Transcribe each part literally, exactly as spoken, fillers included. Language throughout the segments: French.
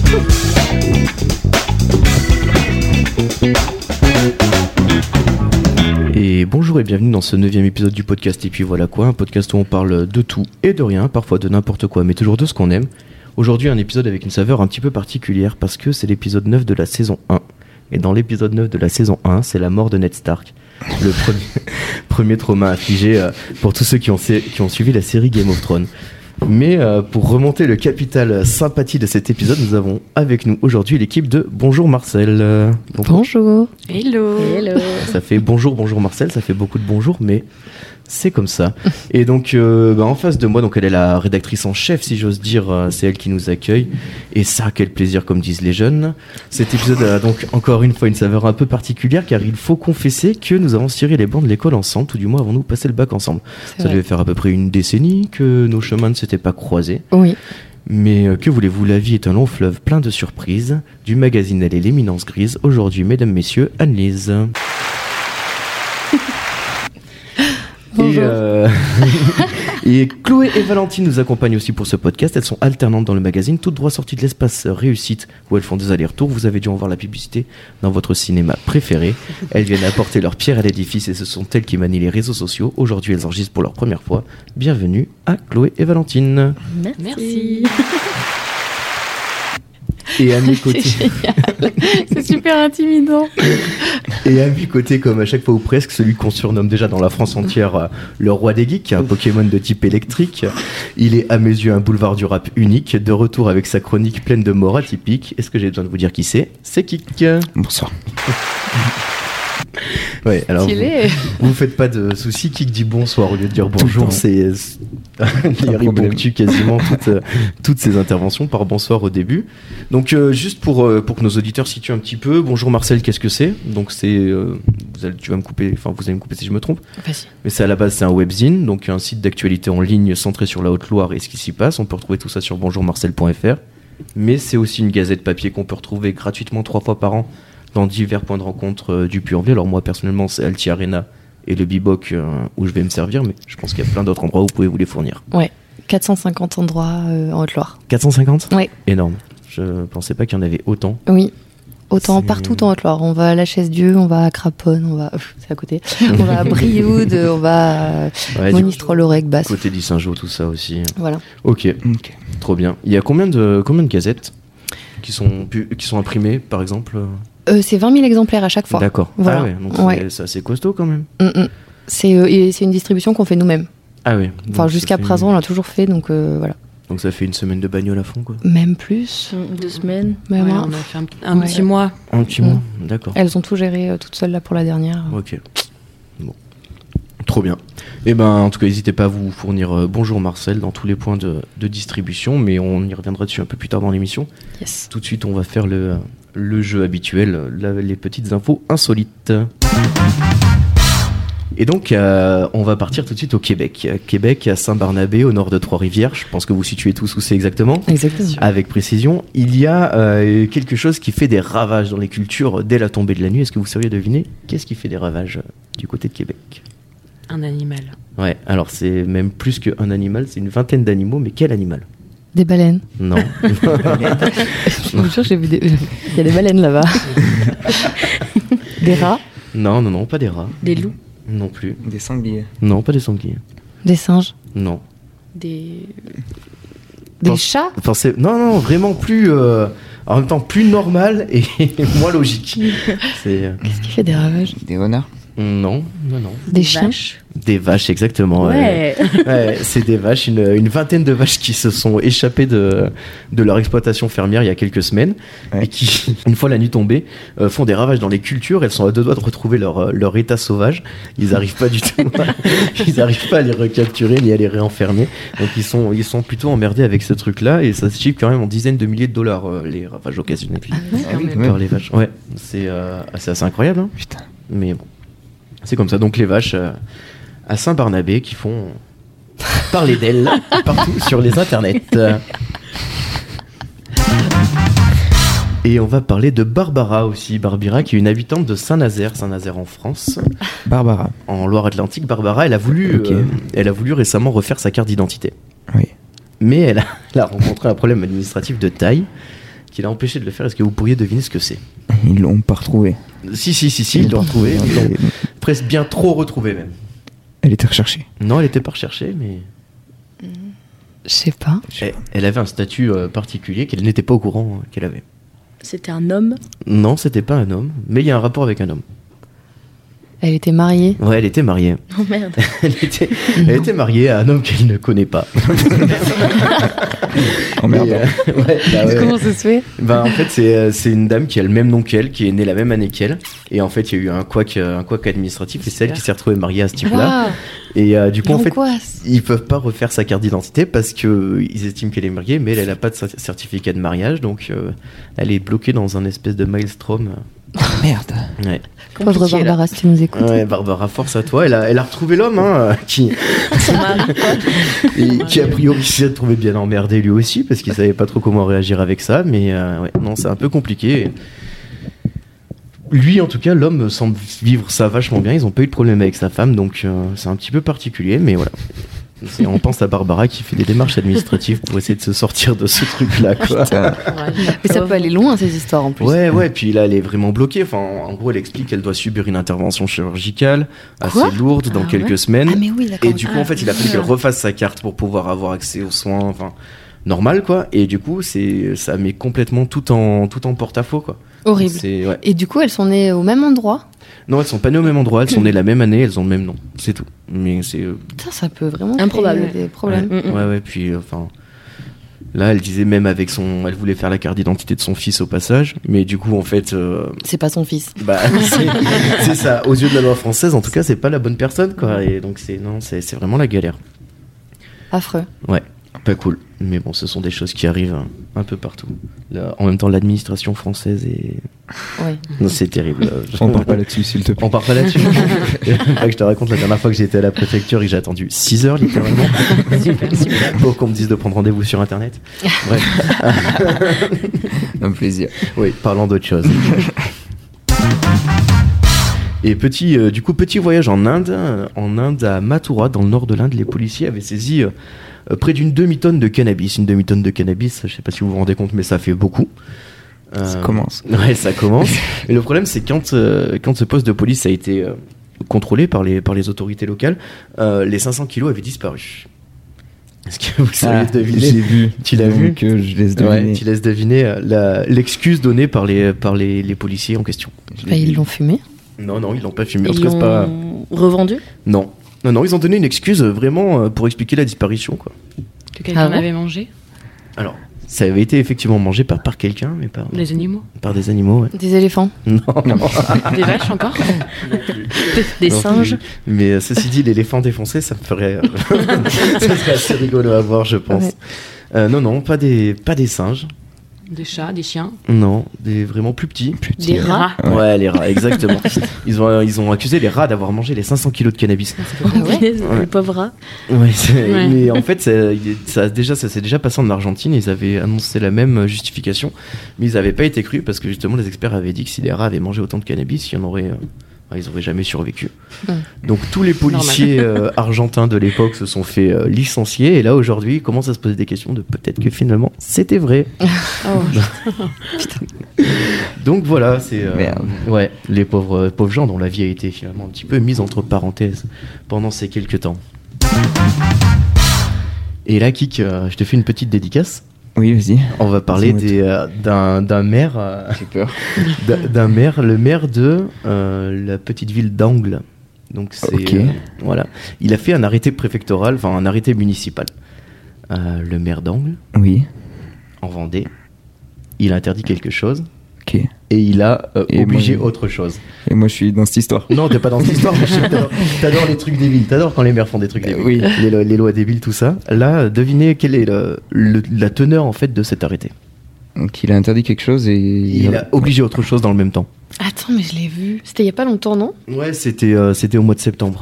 Et bonjour et bienvenue dans ce neuvième épisode du podcast Et puis voilà quoi, un podcast où on parle de tout et de rien, parfois de n'importe quoi, mais toujours de ce qu'on aime. Aujourd'hui un épisode avec une saveur un petit peu particulière parce que c'est l'épisode neuf de la saison un. Et dans l'épisode neuf de la saison un, c'est la mort de Ned Stark. Le premier, premier trauma affligé euh, pour tous ceux qui ont, qui ont suivi la série Game of Thrones. Mais euh, pour remonter le capital sympathie de cet épisode, nous avons avec nous aujourd'hui l'équipe de Bonjour Marcel. Euh, bonjour. bonjour. Hello. Hello. Ça fait bonjour, bonjour Marcel, ça fait beaucoup de bonjour, mais c'est comme ça. Et donc, euh, bah, en face de moi, donc elle est la rédactrice en chef, si j'ose dire, euh, c'est elle qui nous accueille. Et ça, quel plaisir, comme disent les jeunes. Cet épisode a donc encore une fois une saveur un peu particulière, car il faut confesser que nous avons ciré les bancs de l'école ensemble, tout du moins avons-nous passé le bac ensemble. C'est ça vrai. Devait faire à peu près une décennie que nos chemins ne s'étaient pas croisés. Oui. Mais euh, que voulez-vous, la vie est un long fleuve plein de surprises. Du magazine Elle est l'éminence grise. Aujourd'hui, mesdames, messieurs, Anne-Lise. Bonjour. Et, euh... et Chloé et Valentine nous accompagnent aussi pour ce podcast. Elles sont alternantes dans le magazine, toutes droit sorties de l'espace Réussite, où elles font des allers-retours. Vous avez dû en voir la publicité dans votre cinéma préféré. Elles viennent apporter leur pierre à l'édifice et ce sont elles qui manient les réseaux sociaux. Aujourd'hui, elles enregistrent pour leur première fois. Bienvenue à Chloé et Valentine. Merci. Merci. Et à mes côtés... C'est génial. C'est super intimidant. Et à mes côtés, comme à chaque fois ou presque, celui qu'on surnomme déjà dans la France entière euh, le roi des geeks, un Pokémon de type électrique. Il est à mes yeux un boulevard du rap unique, de retour avec sa chronique pleine de morts atypiques. Est-ce que j'ai besoin de vous dire qui c'est ? C'est Kik. Bonsoir. Ouais, alors vous, vous faites pas de soucis, Kik dit bonsoir au lieu de dire bonjour, c'est il ponctue quasiment toutes, euh, toutes ces interventions par bonsoir au début. Donc euh, juste pour, euh, pour que nos auditeurs situent un petit peu, bonjour Marcel, qu'est-ce que c'est ? Donc c'est, euh, vous allez, tu vas me couper, enfin vous allez me couper si je me trompe. Vas-y. Mais c'est à la base c'est un webzine, donc un site d'actualité en ligne centré sur la Haute-Loire et ce qui s'y passe. On peut retrouver tout ça sur bonjour marcel point f r. Mais c'est aussi une gazette papier qu'on peut retrouver gratuitement trois fois par an dans divers points de rencontre euh, du Puy-en-Velay. Alors moi personnellement c'est Alti Arena et le Biboc euh, où je vais me servir, mais je pense qu'il y a plein d'autres endroits où vous pouvez vous les fournir. Ouais, quatre cent cinquante endroits euh, en Haute-Loire. quatre cent cinquante ? Ouais. Énorme. Je pensais pas qu'il y en avait autant. Oui, autant c'est... partout en Haute-Loire. On va à la Chaise-Dieu, on va à Craponne, on va... c'est à côté. On va à Brioude, on va à ouais, Monistrol-Orec, Basse. Côté d'Issingeau, tout ça aussi. Voilà. Ok, okay. Trop bien. Il y a combien de, combien de gazettes qui sont, qui sont imprimées, par exemple ? Euh, c'est vingt mille exemplaires à chaque fois. D'accord. Voilà. Ah ouais, donc ouais. c'est, c'est assez costaud quand même. Mm-mm. C'est, euh, et c'est une distribution qu'on fait nous-mêmes. Ah oui. Enfin, jusqu'à présent, une... on l'a toujours fait, donc euh, voilà. Donc ça fait une semaine de bagnole à fond, quoi. Même plus. Deux semaines. Même ouais, un. On a fait un, un ouais. petit mois. Un petit mois, mmh. D'accord. Elles ont tout géré euh, toutes seules là pour la dernière. Ok. Bon. Trop bien. Et eh ben, en tout cas, n'hésitez pas à vous fournir euh, bonjour Marcel dans tous les points de, de distribution, mais on y reviendra dessus un peu plus tard dans l'émission. Yes. Tout de suite, on va faire le, le jeu habituel, la, les petites infos insolites. Et donc, euh, on va partir tout de suite au Québec. Québec, à Saint-Barnabé, au nord de Trois-Rivières. Je pense que vous situez tous où c'est exactement. Exactement. Avec précision. Il y a euh, quelque chose qui fait des ravages dans les cultures dès la tombée de la nuit. Est-ce que vous sauriez deviner qu'est-ce qui fait des ravages du côté de Québec ? Un animal. Ouais, alors c'est même plus qu'un animal, c'est une vingtaine d'animaux, mais quel animal ? Des baleines. Non. Je vous jure, j'ai vu des... Il y a des baleines là-bas. Des rats ? Non, non, non, pas des rats. Des loups ? Non plus. Des sangliers ? Non, pas des sangliers. Des singes ? Non. Des... Des Pense... chats ? Pensez... Non, non, vraiment plus... Euh... En même temps, plus normal et moins logique. C'est... Euh... Qu'est-ce qui fait des ravages ? Des renards ? Non, non, non. Des, des chiens ? Vaches. Des vaches, exactement. Ouais. Ouais. Ouais, c'est des vaches, une, une vingtaine de vaches qui se sont échappées de, de leur exploitation fermière il y a quelques semaines, ouais. Et qui, une fois la nuit tombée, euh, font des ravages dans les cultures. Elles sont à deux doigts de retrouver leur, leur état sauvage. Ils n'arrivent pas du tout, ils n'arrivent pas à les recapturer ni à les réenfermer. Donc ils sont, ils sont plutôt emmerdés avec ce truc-là, et ça se chiffre quand même en dizaines de milliers de dollars, euh, les ravages occasionnels ah, oui, ah, oui, par les vaches. Ouais, c'est, euh, c'est assez incroyable. Hein. Putain. Mais bon, c'est comme ça. Donc les vaches euh, à Saint-Barnabé qui font parler d'elles partout sur les internets. Et on va parler de Barbara aussi. Barbara qui est une habitante de Saint-Nazaire, Saint-Nazaire en France. Barbara. En Loire-Atlantique. Barbara, elle a voulu, okay. euh, elle a voulu récemment refaire sa carte d'identité. Oui. Mais elle a, elle a rencontré un problème administratif de taille. qui l'a empêché de le faire. Est-ce que vous pourriez deviner ce que c'est? Ils l'ont pas retrouvé. Si, si, si, si, ils l'ont retrouvé. Ils l'ont presque bien trop retrouvé même. Elle était recherchée. Non, elle était pas recherchée, mais... Je sais pas. Elle, elle avait un statut euh, particulier qu'elle n'était pas au courant euh, qu'elle avait. C'était un homme. Non, c'était pas un homme, mais il y a un rapport avec un homme. Elle était mariée. Ouais, elle était mariée. Oh merde. elle, était, elle était mariée à un homme qu'elle ne connaît pas. Oh merde. Et, euh, ouais, bah ouais. Comment ça se fait? Bah, en fait, c'est, euh, c'est une dame qui a le même nom qu'elle, qui est née la même année qu'elle. Et en fait, il y a eu un couac, un couac administratif et c'est elle qui s'est retrouvée mariée à ce type-là. Wow. Et euh, du coup, en fait, L'angoisse. ils peuvent pas refaire sa carte d'identité parce que ils estiment qu'elle est mariée, mais elle, elle a pas de cer- certificat de mariage, donc euh, elle est bloquée dans un espèce de maelstrom. Merde. Ouais. Pauvre Compliqué, là. Barbara, si tu nous écoutes. Ouais, Barbara, force à toi. Elle a, elle a retrouvé l'homme, hein, qui, Son mari, et qui a priori s'est trouvé bien emmerdé lui aussi parce qu'il savait pas trop comment réagir avec ça. Mais euh, ouais, non, c'est un peu compliqué. Lui, en tout cas, l'homme semble vivre ça vachement bien. Ils ont pas eu de problème avec sa femme, donc euh, c'est un petit peu particulier, mais voilà. C'est- on pense à Barbara qui fait des démarches administratives pour essayer de se sortir de ce truc-là, quoi. Putain. Mais ça peut aller loin, ces histoires, en plus. Ouais, ouais, puis là, elle est vraiment bloquée. Enfin, en gros, elle explique qu'elle doit subir une intervention chirurgicale assez Quoi lourde dans Ah quelques ouais semaines. Ah, mais oui, d'accord. Et du coup, en fait, il a fallu qu'elle refasse sa carte pour pouvoir avoir accès aux soins, enfin, normal, quoi. Et du coup, c'est, ça met complètement tout en, tout en porte-à-faux, quoi. Horrible. C'est, ouais. Et du coup, elles sont nées au même endroit. Non, elles sont pas nées au même endroit, elles sont nées la même année, elles ont le même nom. C'est tout. Mais c'est, euh, Putain, ça peut vraiment Improbable. créer des problèmes. ouais, Mm, mm. ouais, ouais, puis, euh, enfin. Là, elle disait même avec son, elle voulait faire la carte d'identité de son fils au passage, mais du coup, en fait, euh, C'est pas son fils. bah, c'est, c'est ça. Aux yeux de la loi française, en tout cas, c'est pas la bonne personne, quoi. Et donc, c'est, non, c'est, c'est vraiment la galère. Affreux. Ouais, pas cool. Mais bon, ce sont des choses qui arrivent un, un peu partout. Là, en même temps, l'administration française est. Oui. Non, c'est terrible. On parle pas là-dessus, s'il te plaît. On part pas là-dessus. Faudrait que je te raconte la dernière fois que j'étais à la préfecture et que j'ai attendu six heures littéralement Super, super. pour qu'on me dise de prendre rendez-vous sur internet. Bref. Un plaisir. Oui, parlons d'autre chose. Et petit, euh, du coup, petit voyage en Inde. En Inde, à Mathura, dans le nord de l'Inde, les policiers avaient saisi euh, euh, près d'une demi-tonne de cannabis. Une demi-tonne de cannabis, je sais pas si vous vous rendez compte, mais ça fait beaucoup. Euh, Ça commence. Ouais, ça commence. Et le problème, c'est quand, euh, quand ce poste de police a été euh, contrôlé par les, par les autorités locales, euh, les cinq cents kilos avaient disparu. Est-ce que vous savez Ah, deviner j'ai vu. Tu l'as vu Donc, euh, je laisse Ouais, deviner. tu laisses deviner euh, la- l'excuse donnée par les, par les, les policiers en question. Je Bah, l'ai ils vu. l'ont fumé. Non, non, ils l'ont pas fumé. En tout Ils cas, c'est pas. l'ont revendu. Non. Non, non, ils ont donné une excuse euh, vraiment euh, pour expliquer la disparition, quoi. Que quelqu'un Ah bon avait mangé. Alors, ça avait été effectivement mangé par, par quelqu'un, mais par, Les animaux. par des animaux, ouais. Des éléphants. Non, non. Des vaches encore. Des, des Non, singes. Mais euh, ceci dit, l'éléphant défoncé, ça me ferait. euh, ça serait assez rigolo à voir, je pense. Ouais. Euh, non, non, pas des, pas des singes. Des chats, des chiens. Non, des vraiment plus petits. Petit. Des rats. Ouais. Ouais, les rats, exactement. ils, ont, ils ont accusé les rats d'avoir mangé les cinq cents kilos de cannabis. Oh, ouais punaise, Ouais. Les pauvres rats. Ouais, c'est- Ouais. mais en fait, ça, ça, a déjà, ça s'est déjà passé en Argentine. Ils avaient annoncé la même justification, mais ils n'avaient pas été crus parce que justement, les experts avaient dit que si les rats avaient mangé autant de cannabis, il y en aurait, euh, enfin, ils n'auraient jamais survécu. Ouais. Donc tous les policiers euh, argentins de l'époque se sont fait euh, licencier, et là aujourd'hui, ils commencent à se poser des questions de peut-être que finalement c'était vrai. Oh. Donc voilà, c'est euh, Merde. ouais, les pauvres pauvres gens dont la vie a été finalement un petit peu mise entre parenthèses pendant ces quelques temps. Et là, Kik, euh, je te fais une petite dédicace. Oui, vas-y. On va parler Dis-moi des, euh, d'un, d'un maire, euh, J'ai peur. d'un, d'un maire, le maire de euh, la petite ville d'Angle. Donc c'est Ok. euh, voilà, il a fait un arrêté préfectoral, enfin un arrêté municipal. Euh, le maire d'Angle, Oui. en Vendée, il a interdit quelque chose Ok. et il a euh, Et obligé moi, autre chose. Et moi, je suis dans cette histoire. Non, t'es pas dans cette histoire, mais je sais que t'adores, t'adores les trucs débiles. T'adores quand les maires font des trucs Euh, débiles. oui. Les, lo- les lois débiles, tout ça. Là, devinez quelle est le- le- la teneur en fait de cet arrêté. Donc, il a interdit quelque chose et. Il a obligé autre chose dans le même temps. Attends, mais je l'ai vu. C'était il y a pas longtemps, non? Ouais, c'était euh, c'était au mois de septembre.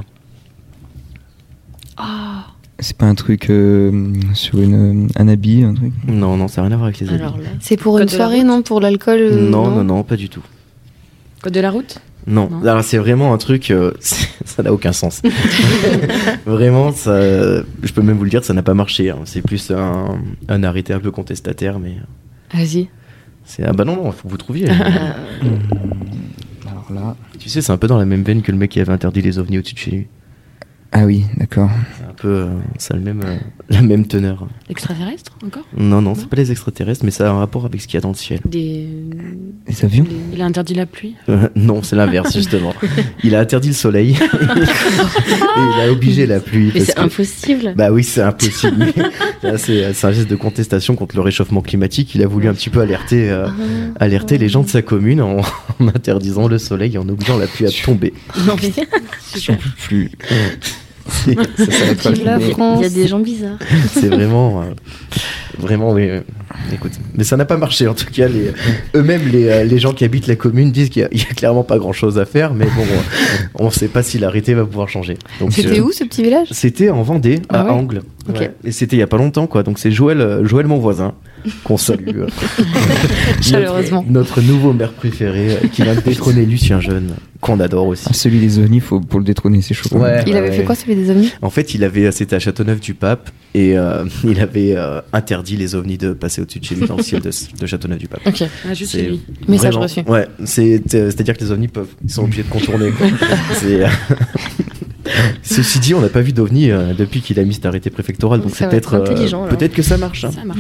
Ah. C'est pas un truc euh, sur une, un habit, un truc. Non, non, ça n'a rien à voir avec les habits. Alors là. C'est pour Code une de la soirée, route. non? Pour l'alcool euh, non, non, non, pas du tout. Code de la route. Non, Non. alors c'est vraiment un truc, euh, c'est- ça n'a aucun sens. Vraiment, ça, je peux même vous le dire, ça n'a pas marché. hein. C'est plus un, un arrêté un peu contestataire, mais Vas-y. C'est... Ah bah non, non, il faut que vous trouviez. Alors là... Tu sais, c'est un peu dans la même veine que le mec qui avait interdit les ovnis au-dessus de chez lui. Ah oui, d'accord. C'est un peu... Euh, ça a le même, euh, la même teneur. Extraterrestre, encore? Non, non, c'est pas les extraterrestres, mais ça a un rapport avec ce qu'il y a dans le ciel. Des... Les avions? Des... Il a interdit la pluie? Euh, non, c'est l'inverse, justement. Il a interdit le soleil et il a obligé la pluie. Mais c'est que... impossible. Bah oui, c'est impossible. Là, c'est, c'est un geste de contestation contre le réchauffement climatique. Il a voulu un petit peu alerter, euh, alerter les gens de sa commune en, en interdisant le soleil et en obligeant la pluie à tomber. Non, mais... J'en peux plus. C'est, ça s'arrête pas. La France. Il y a des gens bizarres. C'est vraiment, euh, vraiment, oui. Euh, écoute, mais ça n'a pas marché. En tout cas, les, eux-mêmes, les, euh, les gens qui habitent la commune disent qu'il y a, il y a clairement pas grand-chose à faire. Mais bon, euh, on ne sait pas si l'arrêté va pouvoir changer. Donc, c'était euh, où ce petit village? C'était en Vendée, ah à ouais Angles. Okay. Ouais. Et c'était il y a pas longtemps, quoi. Donc c'est Joël, euh, Joël mon voisin, qu'on salue. Euh, Chaleureusement. Notre, notre nouveau maire préféré, euh, qui vient de détrôner Lucien Jeune, qu'on adore aussi. Ah, celui des ovnis, faut, pour le détrôner, c'est chaud. Ouais, il ouais, avait ouais. fait quoi, celui des ovnis? En fait, il avait, c'était à Châteauneuf-du-Pape, et euh, il avait euh, interdit les ovnis de passer au-dessus de chez lui dans le ciel de, de Châteauneuf-du-Pape. Ok. Ah, juste C'est chez lui. Message vraiment- reçu. Ouais, c'est, c'est-à-dire que les ovnis peuvent, ils sont obligés de contourner. Quoi. C'est, euh, Ceci dit, on n'a pas vu d'ovnis euh, depuis qu'il a mis cet arrêté préfectoral, donc Ça c'est va peut-être, être intelligent, euh, alors. peut-être que ça marche. Hein. Ça a marché.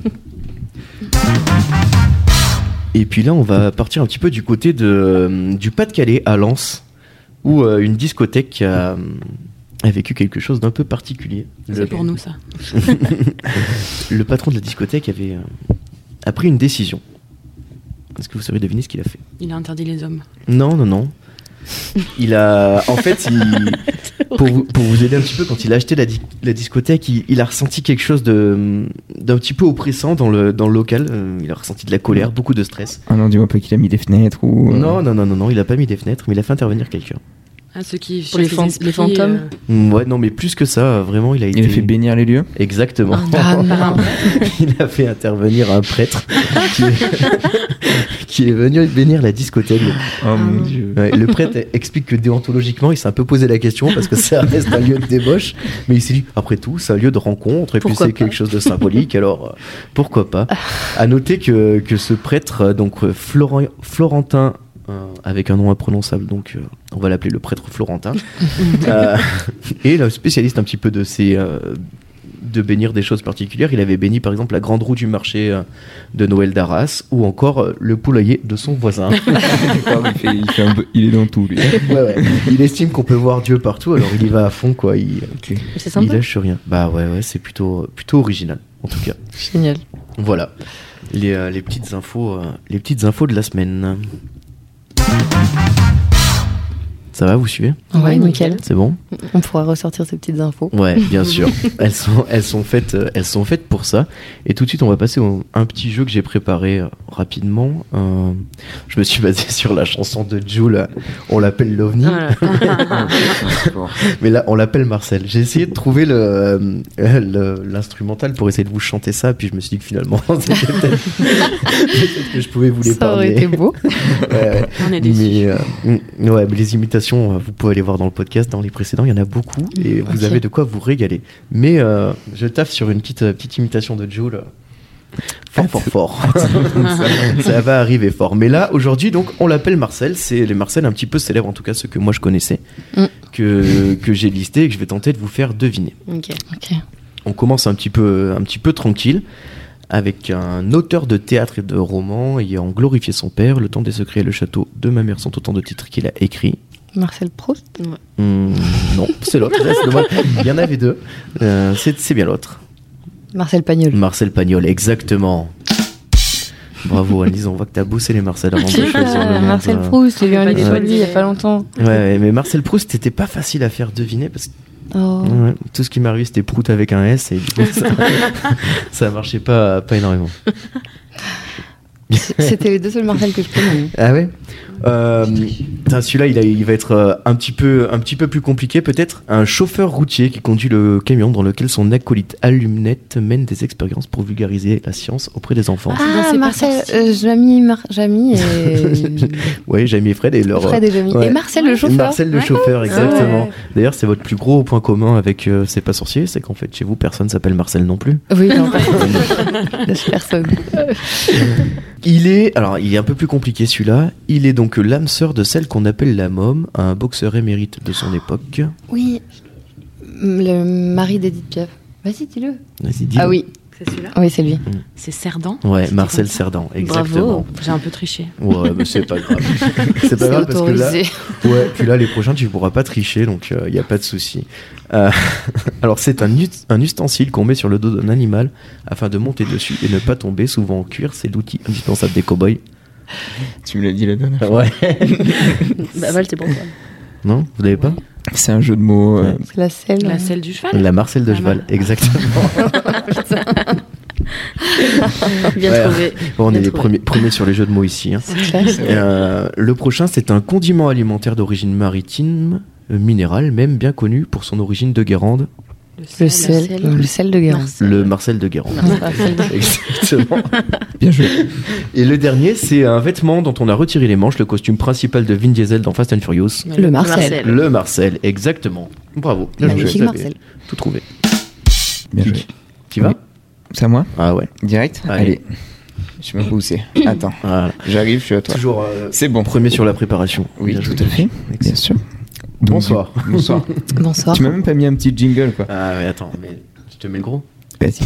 Et puis là, on va partir un petit peu du côté de, euh, du Pas-de-Calais, à Lens, où euh, une discothèque a, a vécu quelque chose d'un peu particulier. C'est Le, pour nous, ça. le patron de la discothèque avait, euh, a pris une décision. Est-ce que vous savez deviner ce qu'il a fait? Il a interdit les hommes. Non, non, non. Il a, en fait, il, pour, vous, pour vous aider un petit peu, quand il a acheté la, di- la discothèque, il, il a ressenti quelque chose de, d'un petit peu oppressant dans le, dans le local. Euh, Il a ressenti de la colère, beaucoup de stress. Ah non, dis-moi pas qu'il a mis des fenêtres ou... euh, Non, non, non, non, non, il a pas mis des fenêtres, mais il a fait intervenir quelqu'un. Ah, ceux qui Pour les chassent fan- esprits, les fantômes. euh, Mm, Ouais, non, mais plus que ça, euh, vraiment, il a été. Il a fait bénir les lieux. Exactement. Ah non. Il a fait intervenir un prêtre qui est, qui est venu bénir la discothèque. Oh mon Ah. dieu. Ouais, le prêtre explique que déontologiquement, il s'est un peu posé la question parce que ça reste un lieu de débauche, mais il s'est dit, après tout, c'est un lieu de rencontre et Pourquoi puis c'est pas quelque chose de symbolique, alors euh, pourquoi pas. À noter que, que ce prêtre, euh, donc euh, Florent, Florentin, euh, avec un nom imprononçable, donc euh, on va l'appeler le prêtre Florentin, euh, et le spécialiste un petit peu de ces. Euh, de bénir des choses particulières. Il avait béni par exemple la grande roue du marché euh, de Noël d'Arras ou encore euh, le poulailler de son voisin. D'accord, il, fait, il, fait un peu- il est dans tout, lui. Ouais, ouais. Il estime qu'on peut voir Dieu partout, alors il y va à fond, quoi. Il, C'est il sympa. lâche rien. Bah ouais, ouais, c'est plutôt, plutôt original, en tout cas. Génial. Voilà. Les, euh, les petites infos, euh, les petites infos de la semaine. Ça va, vous suivez? Ouais, Ouais, nickel. C'est bon? On pourra ressortir ces petites infos. Ouais, bien sûr. Elles sont, elles sont faites, euh, elles sont faites pour ça. Et tout de suite, on va passer au un petit jeu que j'ai préparé euh, rapidement. Euh, je me suis basé sur la chanson de Jul. euh, On l'appelle l'OVNI, Voilà. mais là, on l'appelle Marcel. J'ai essayé de trouver le, euh, le- l'instrumental pour essayer de vous chanter ça, puis je me suis dit que finalement, c'était peut-être, peut-être que je pouvais vous Ça aurait l'épargner. été beau. Ouais, ouais. On est déçus. Mais, euh, mm, ouais, mais les imitations, euh, vous pouvez aller voir dans le podcast, dans les précédents, il y en a beaucoup et vous Ok. avez de quoi vous régaler. Mais euh, je taffe sur une petite, euh, petite imitation de Joe là. Fort, fort, fort. ça, ça va arriver fort. Mais là, aujourd'hui, donc, on l'appelle Marcel. C'est les Marcel un petit peu célèbres, en tout cas ceux que moi je connaissais, Mm. que, que j'ai listé et que je vais tenter de vous faire deviner. Ok. Ok. On commence un petit peu, un petit peu tranquille avec un auteur de théâtre et de romans ayant glorifié son père. Le temps des secrets et le château de ma mère sont autant de titres qu'il a écrits. Marcel Proust. Hmm, non, c'est l'autre. Ouais, c'est dommage. Il y en avait deux. Euh, c'est, c'est bien l'autre. Marcel Pagnol. Marcel Pagnol, exactement. Bravo Annelise, on voit que t'as bossé les Marcel avant de choisir le Ah, nom. Marcel de- Proust, j'ai lu un Pas livre des sur lui il y a bonnes pas longtemps. Ouais, ouais, mais Marcel Proust, c'était pas facile à faire deviner parce que Oh. ouais, tout ce qui m'est arrivé c'était Prout avec un S et du coup ça, ça marchait pas, pas énormément. C'était les deux seuls Marcel que je connais. Ah ouais. Euh, Putain, celui-là, il, a, il va être euh, un, petit peu, un petit peu plus compliqué peut-être. Un chauffeur routier qui conduit le camion dans lequel son acolyte Allumette mène des expériences pour vulgariser la science auprès des enfants. Ah, Marcel, euh, Jamy, Mar- Jamy et... Oui, Jamy et Fred et leur... Fred et Jamy. Ouais. Et Marcel le chauffeur. Marcel le ouais. chauffeur, exactement. Ouais. D'ailleurs, c'est votre plus gros point commun avec euh, C'est pas sorcier, c'est qu'en fait, chez vous, personne s'appelle Marcel non plus. Oui, non, personne. Il est, alors il est un peu plus compliqué celui-là, il est donc l'âme sœur de celle qu'on appelle la môme, un boxeur émérite de son époque. Oui, le mari d'Edith Piaf. Vas-y, dis-le. Vas-y, dis-le. Ah oui, c'est celui-là. Oui, c'est lui. Mmh. C'est Cerdan. Ouais, C'était Marcel Cerdan, exactement. Bravo, j'ai un peu triché. Ouais, mais c'est pas grave. c'est pas c'est grave autorisé. parce que là, ouais, puis là les prochains tu pourras pas tricher, donc il euh, y a pas de souci. Euh, alors c'est un, ut- un ustensile qu'on met sur le dos d'un animal afin de monter dessus et ne pas tomber. Souvent en cuir, c'est l'outil indispensable des cow-boys. Tu me l'as dit la dernière fois. Ouais. Bah Val, t'es bon. Non, vous l'avez pas? C'est un jeu de mots. Euh... C'est la selle. La selle du cheval. La Marcel de la cheval, mar- exactement. Bien ouais, trouvé. Bon, on Bien est les trouvé. premiers, premiers sur les jeux de mots ici. Hein. Euh, le prochain, c'est un condiment alimentaire d'origine maritime, euh, minéral, même bien connu pour son origine de Guérande. Le sel, le sel de Guérande. Le Marcel de Guérande. Exactement. Bien joué. Et le dernier, c'est un vêtement dont on a retiré les manches, le costume principal de Vin Diesel dans Fast and Furious. Le, le Marcel. Le Marcel, exactement. Bravo. Magnifique Marcel. Tout trouvé. Bien joué. Tu vas? C'est à moi? Ah ouais. Direct? Allez. Allez. Je sais même pas où c'est. Attends. Voilà. J'arrive, je suis à toi. Toujours. Euh, c'est bon. Premier sur la préparation. Oui, bien tout joué. à fait. Bien sûr. Donc, Bonsoir. Du... Bonsoir. Bonsoir. Tu m'as même pas mis un petit jingle, quoi. Ah ouais, attends, mais je te mets le gros. Vas-y.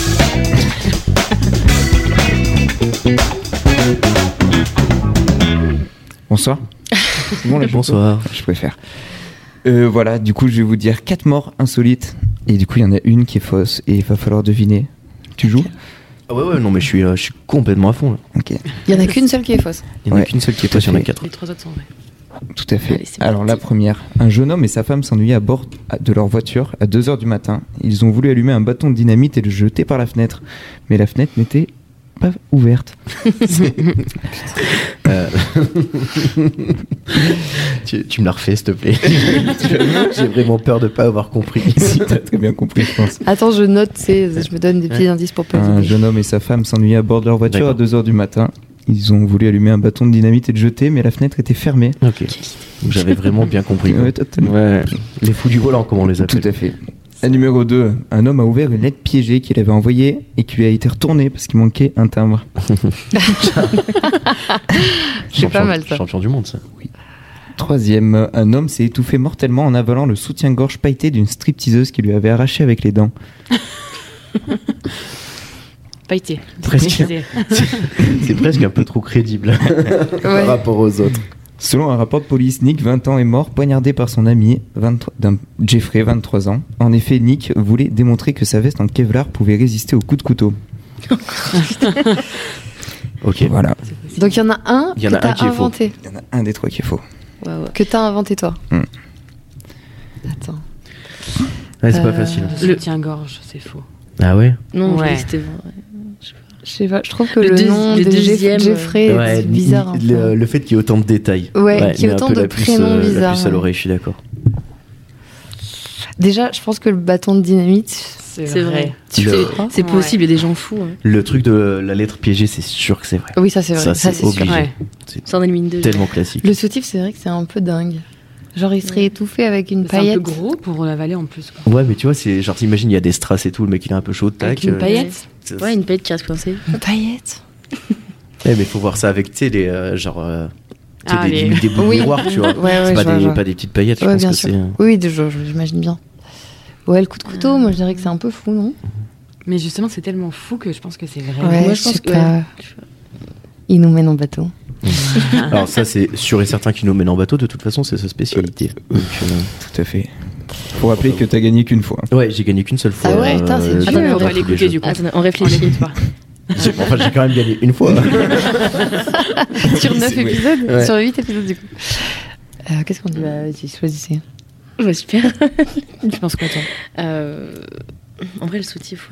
Bonsoir. C'est bon, là, Bonsoir. Je préfère. Euh, voilà, du coup, je vais vous dire quatre morts insolites. Et du coup, il y en a une qui est fausse. Et il va falloir deviner. Tu joues? Ah ouais, ouais, non, mais je suis, euh, je suis complètement à fond là. Ok. Il y en a qu'une seule qui est fausse. Il n'y en a Ouais. qu'une seule qui est fausse, il y en a quatre. Les trois autres sont vrais. Tout à fait. Allez, c'est Alors parti. la première, un jeune homme et sa femme s'ennuyaient à bord de leur voiture à deux heures du matin. Ils ont voulu allumer un bâton de dynamite et le jeter par la fenêtre. Mais la fenêtre n'était pas ouverte. Euh... tu, tu me la refais, s'il te plaît. J'ai vraiment peur de ne pas avoir compris. Si, t'as très bien compris, je pense. Attends, je note, c'est, je me donne des petits indices pour pas Un oublier. jeune homme et sa femme s'ennuyaient à bord de leur voiture D'accord. à deux heures du matin. Ils ont voulu allumer un bâton de dynamite et le jeter, mais la fenêtre était fermée. Ok. Donc j'avais vraiment bien compris. Ouais, totalement. Ouais. Les fous du volant, comment on les appelle. Tout à fait. La numéro deux, un homme a ouvert une lettre piégée qu'il avait envoyée et qui lui a été retournée parce qu'il manquait un timbre. C'est pas mal ça. Champion du monde, ça. Troisième, un homme s'est étouffé mortellement en avalant le soutien-gorge pailleté d'une stripteaseuse qui lui avait arraché avec les dents. Pailleté. Presque. C'est presque un peu trop crédible par rapport aux autres. Selon un rapport de police, Nick, vingt ans, est mort poignardé par son ami vingt-trois, d'un Jeffrey, vingt-trois ans. En effet, Nick voulait démontrer que sa veste en Kevlar pouvait résister aux coups de couteau. Ok. Voilà. Donc il y en a un Il y en que a un t'as qui est faux. inventé. Il y en a un des trois qui est faux. Ouais, ouais. Que t'as inventé toi. Hmm. Attends. Ouais, c'est pas Euh, facile. Le soutien-gorge, c'est faux. Ah ouais. Non, Ouais. ouais. C'était vrai. Je sais pas, je trouve que Le le, deuxi- nom le de Jeff- deuxième, Jeffrey Ouais, c'est bizarre. un le, peu. le fait qu'il y ait autant de détails. Ouais, qu'il y ait mais un autant peu de la puce, prénoms euh, La bizarres, puce à ouais. l'oreille, je suis d'accord. Déjà, je pense que le bâton de dynamite, C'est C'est vrai. vrai. tu Le- sais pas. C'est Ouais. possible, il y a des gens fous. Hein. Le truc de la lettre piégée, c'est sûr que c'est vrai. Oui, ça c'est vrai. Ça, Ça, c'est c'est sûr. obligé. Ouais. Ça en élimine deux. Tellement classique. Le soutif, c'est vrai que c'est un peu dingue. Genre, il serait étouffé avec une C'est un peu paillette. gros pour l'avaler en plus. Quoi. Ouais, mais tu vois, c'est genre, t'imagines, il y a des strass et tout, le mec il est un peu chaud, tac. Avec une euh, paillette. c'est- Ouais, une paillette qui reste coincée. Une paillette. Eh, mais faut voir ça avec, tu sais, les. euh, genre. euh, tu sais, Ah, des, les- limite des bouts de Oui. miroir, tu vois. Ouais, ouais, c'est pas, je vois, des, je vois. pas des petites paillettes, je Ouais, pense bien que sûr. c'est. Oui, de- je- j'imagine bien. Ouais, le coup de couteau, moi je dirais que c'est un peu fou, non? Mais justement, c'est tellement fou que je pense que c'est vrai. Ouais, moi, je je pense sais que- pas. Il nous mène en bateau. Alors, ça, c'est sûr et certain qu'il nous mène en bateau, de toute façon, c'est sa spécialité. Donc, Tout à fait. Faut rappeler que t'as gagné qu'une fois. euh, Ouais, j'ai gagné qu'une seule fois. Ah ouais, putain, c'est euh, dur. dans- Attends, mais on dans va tous les l'écouter jeux. du coup. Attends, on réfléchit. J'ai- Enfin, j'ai quand même gagné une fois. Sur neuf c'est vrai. épisodes? Ouais. Sur huit épisodes, du coup. Euh, Qu'est-ce qu'on dit? Bah, vas-y, choisissez. Ouais, super. Tu penses quoi, toi? Euh, En vrai, le soutif, ouais.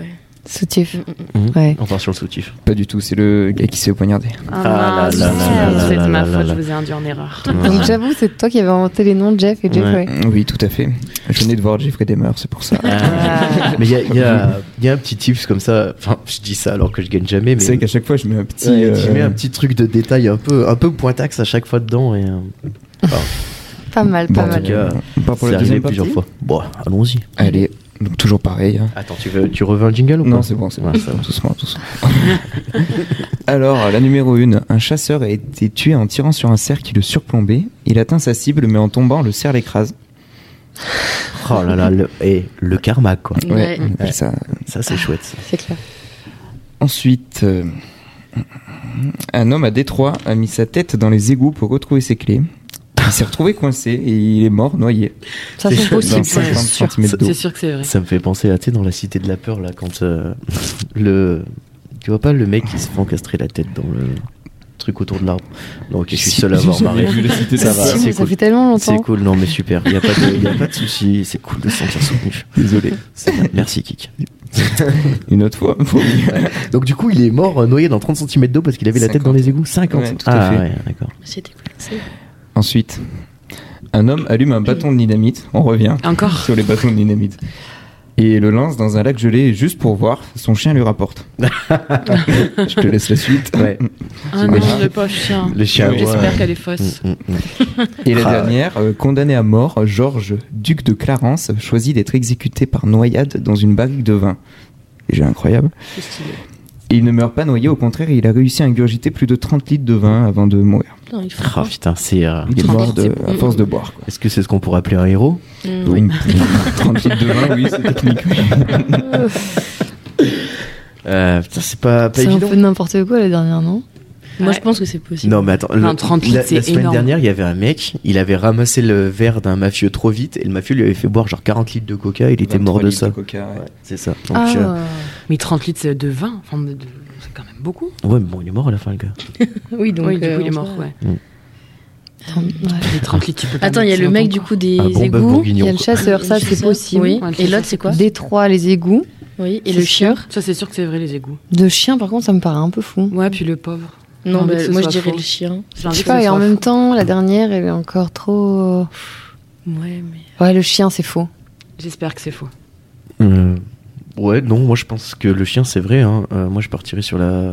Soutif. Mmh. Ouais. On part sur le soutif. Pas du tout, c'est le gars qui s'est poignardé. Ah, Ah mince, là là là là c'est de là ma là faute, là. je vous ai induit en erreur. Donc j'avoue, c'est toi qui avais inventé les noms de Jeff et Jeff, Ouais. ouais. Oui, tout à fait. Je venais de voir Jeffrey Dahmer, c'est pour ça. Ah. Mais il y a, y, a, y a un petit tips comme ça. Enfin, je dis ça alors que je gagne jamais. Mais C'est vrai qu'à chaque fois, je mets un petit. ouais, euh, tu mets un petit truc de détail un peu, un peu pointaxe à chaque fois dedans. Et, euh, enfin, Pas mal, bon, pas en mal. tout cas, On part pour c'est la arrivé deuxième partie. plusieurs fois. Bon, allons-y. Allez, donc toujours pareil. hein. Attends, tu, veux, tu reveux un jingle ou pas? Non, c'est bon, c'est bon. Ouais, ça va. Doucement, doucement. Alors, la numéro un. Un chasseur a été tué en tirant sur un cerf qui le surplombait. Il atteint sa cible, mais en tombant, le cerf l'écrase. Oh là là, le, et le karma, quoi. Ouais. on appelle ça. Ça, c'est chouette. Ça. C'est clair. Ensuite, euh, un homme à Détroit a mis sa tête dans les égouts pour retrouver ses clés. Il s'est retrouvé coincé et il est mort noyé Ça, C'est c'est sûr, possible. dans cinquante c'est sûr. centimètres d'eau. C'est sûr que c'est vrai. Ça me fait penser à, tu sais, dans la Cité de la Peur, là, quand euh, le... Tu vois pas le mec qui se fait encastrer la tête dans le truc autour de l'arbre? Non, ok, je suis seul à avoir marré. Ça va, Si, mais c'est ça cool. fait tellement C'est longtemps. cool, non mais super, il n'y a pas de, y a pas de souci, c'est cool de se sentir soutenu. Désolé. Merci Kik. Une autre fois. faut- Donc du coup, il est mort euh, noyé dans trente centimètres d'eau parce qu'il avait la tête cinquante. dans les égouts. cinquante. Ouais, tout à ah fait. ouais, d'accord. C'était cool. Ensuite, un homme allume un bâton de dynamite. On revient Encore sur les bâtons de dynamite. Et le lance dans un lac gelé juste pour voir. Son chien lui rapporte. Je te laisse la suite. Ouais. Ah non, le pauvre chien. Le chien. Oui, J'espère ouais. qu'elle est fausse. Mm, mm, mm. Et la Ah, dernière, euh, condamné à mort, Georges, duc de Clarence, choisit d'être exécuté par noyade dans une barrique de vin. Déjà incroyable. C'est stylé. Et il ne meurt pas noyé, au contraire, il a réussi à ingurgiter plus de trente litres de vin avant de mourir. Non, il faut. Oh putain, c'est. euh, Il est trente mort de, litres, à c'est- force de boire. Quoi. Est-ce que c'est ce qu'on pourrait appeler un héros? Mm. Oui. trente litres de vin, oui, c'est technique. oui. euh, Putain, c'est pas, pas C'est un évident. peu n'importe quoi la dernière, non? Moi, Ouais. je pense que c'est possible. Non mais attends, Enfin, le- trente litres, la, c'est la semaine énorme. dernière, il y avait un mec, il avait ramassé le verre d'un mafieux trop vite et le mafieux lui avait fait boire genre quarante litres de coca, il était mort de ça. Coca, ouais. Ouais, c'est ça. Donc, Ah, euh, Mais trente litres de vin, enfin, de- de- c'est quand même beaucoup. ouais, mais bon, il est mort à la fin, le gars. Oui, donc. oui, du euh, coup, il est en mort, soi- ouais. attends, ouais. Les trente litres, tu peux pas Attends, il y a mettre le dans mec ton du corps. coup des Un bon bœuf égouts. Il bourguignon. y a le chasseur, ça Le c'est chasseur, possible. Oui. Ouais, le Et l'autre, chasseur. c'est quoi Détroit, les égouts. Oui. Et C'est le chien sûr. Ça, c'est sûr que c'est vrai, les égouts. De chien, par contre, ça me paraît un peu fou. Ouais, puis le pauvre. J'ai Non, envie bah, que ce moi je soit dirais faux. le chien. J'ai Je envie sais que pas, ce et en soit même faux. temps, la dernière, elle est encore trop. Ouais, mais. Ouais, le chien, c'est faux. J'espère que c'est faux. Euh, ouais, non, moi je pense que le chien c'est vrai. Hein. Euh, moi je partirais sur la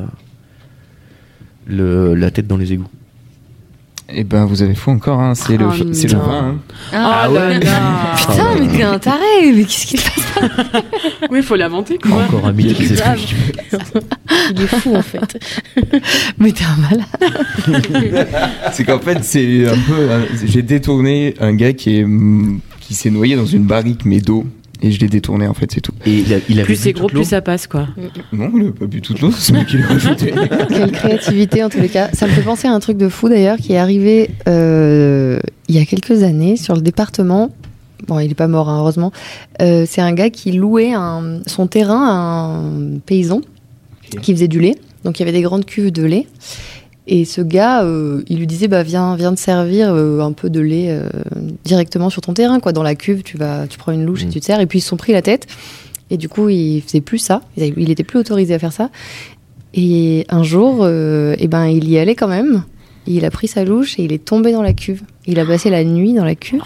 le la tête dans les égouts. Et ben, vous avez faux encore, hein. c'est, Oh le, c'est le non. vin. hein. Ah, là là. Putain, mais t'es un taré, mais qu'est-ce qui te passe? Oui, il faut l'inventer, quoi. Encore un mythe qui s'est Grave. Il est fou en fait. Mais t'es un malade. C'est qu'en fait, c'est un peu. un- J'ai détourné un gars qui, est, mm, qui s'est noyé dans une barrique, mais d'eau. Et je l'ai détourné, en fait, c'est tout. Et il, a, il avait Plus bu c'est toute gros, l'eau. plus ça passe, quoi. Non, il n'a pas bu toute l'eau, c'est moi qui l'ai rajouté. Quelle créativité en tous les cas. Ça me fait penser à un truc de fou d'ailleurs qui est arrivé euh, il y a quelques années sur le département. Bon, il est pas mort, hein, heureusement. Euh, c'est un gars qui louait un- son terrain à un paysan Ok. qui faisait du lait. Donc il y avait des grandes cuves de lait. Et ce gars, euh, il lui disait bah viens, viens te servir euh, un peu de lait euh, directement sur ton terrain, quoi. Dans la cuve, tu vas, tu prends une louche et Mm. tu te sers. Et puis ils se sont pris la tête. Et du coup, il faisait plus ça. Il avait- il était plus autorisé à faire ça. Et un jour, euh, eh ben, il y allait quand même. Il a pris sa louche et il est tombé dans la cuve. Il a passé la nuit dans la cuve.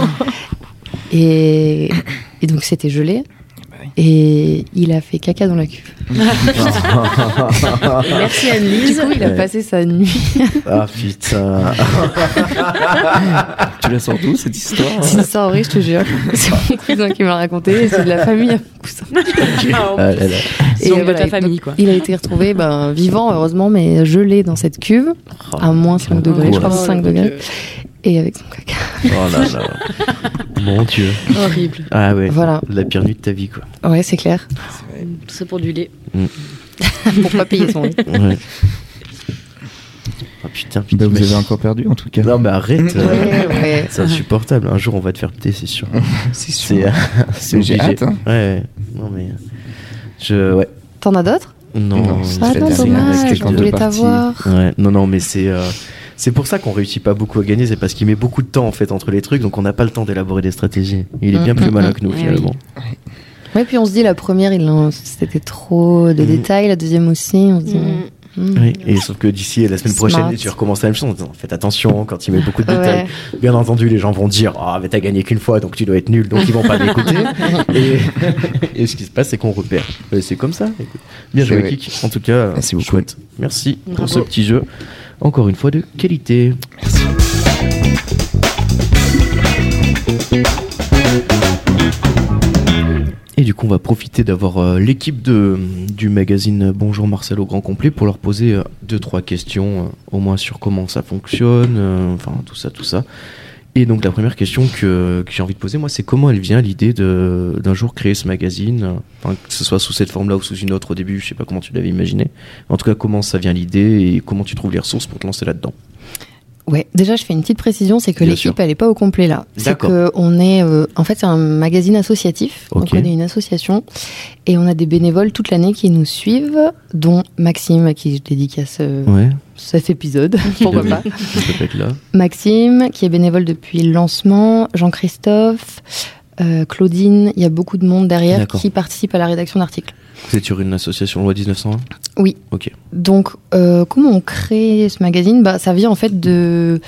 Et, et donc c'était gelé. Et il a fait caca dans la cuve. Et merci Du Anne-Lise. coup, il a Ouais. passé sa nuit. Ah putain. Tu la sors d'où, cette histoire C'est une histoire horrible, je te jure. C'est mon cousin qui m'a raconté. Et c'est de la famille à mon cousin. Ah là là. C'est donc de voilà, ta et famille, donc, quoi. Il a été retrouvé ben, vivant, heureusement, mais gelé dans cette cuve, Oh, à moins cinq degrés, je crois, courage. cinq Oh, le degrés, Dieu. et avec son caca. Oh là là. Mon Dieu. Horrible. Ah ouais. Voilà. La pire nuit de ta vie, quoi. Ouais, c'est clair. Tout ça pour du lait. Pour pas payer son lit. Ouais. Oh putain, Bah, putain. vous mais- avez encore perdu, en tout cas. Non mais arrête. euh, Ouais, ouais. C'est insupportable. Un jour on va te faire péter, c'est sûr. C'est C'est euh, c'est Mais j'ai obligé. hâte, hein. Ouais, ouais. Non mais je ouais. T'en as d'autres? Non. Non, c'est Ah la non, c'est- dernière, dommage, c'était je quand voulais deux parties. t'avoir. Ouais, non, non, mais c'est euh, c'est pour ça qu'on réussit pas beaucoup à gagner, c'est parce qu'il met beaucoup de temps en fait entre les trucs, donc on n'a pas le temps d'élaborer des stratégies. Il est bien Mm, plus mm, malin mm. que nous Eh finalement. Ouais, puis on se dit la première, il en- c'était trop de Mhm. détails, la deuxième aussi, on se dit. Mm. hmm. Oui. Et sauf que d'ici à la semaine Smart. prochaine, tu recommences la même chose en disant faites attention quand il met beaucoup de détails. Ouais. Bien entendu, les gens vont dire ah mais t'as gagné qu'une fois donc tu dois être nul donc ils vont pas m'écouter. et, et ce qui se passe c'est qu'on repère. Mais c'est comme ça. Écoute. Bien joué Ouais. Kik. En tout cas, Merci beaucoup. chouette. Merci pour Bravo. ce petit jeu. Encore une fois de qualité. Et du coup, on va profiter d'avoir euh, l'équipe de, du magazine Bonjour Marcel au grand complet pour leur poser euh, deux, trois questions, euh, au moins sur comment ça fonctionne, euh, enfin tout ça, tout ça. Et donc la première question que, que j'ai envie de poser, moi, c'est comment elle vient l'idée de, d'un jour créer ce magazine, euh, enfin, que ce soit sous cette forme-là ou sous une autre au début, je sais pas comment tu l'avais imaginé. En tout cas, comment ça vient l'idée et comment tu trouves les ressources pour te lancer là-dedans. Ouais, déjà je fais une petite précision, c'est que Bien l'équipe sûr. elle est pas au complet là. C'est D'accord. que on est, euh, en fait c'est un magazine associatif, Ok. donc on est une association et on a des bénévoles toute l'année qui nous suivent, dont Maxime à qui je dédicace euh, Ouais. cet épisode, pourquoi Oui, pas. ça peut être là. Maxime qui est bénévole depuis le lancement, Jean-Christophe, euh, Claudine, il y a beaucoup de monde derrière D'accord. qui participe à la rédaction d'articles. Vous êtes sur une association loi dix-neuf cent un ? Oui. Ok. Donc, euh, comment on crée ce magazine ? Bah, ça vient en fait de,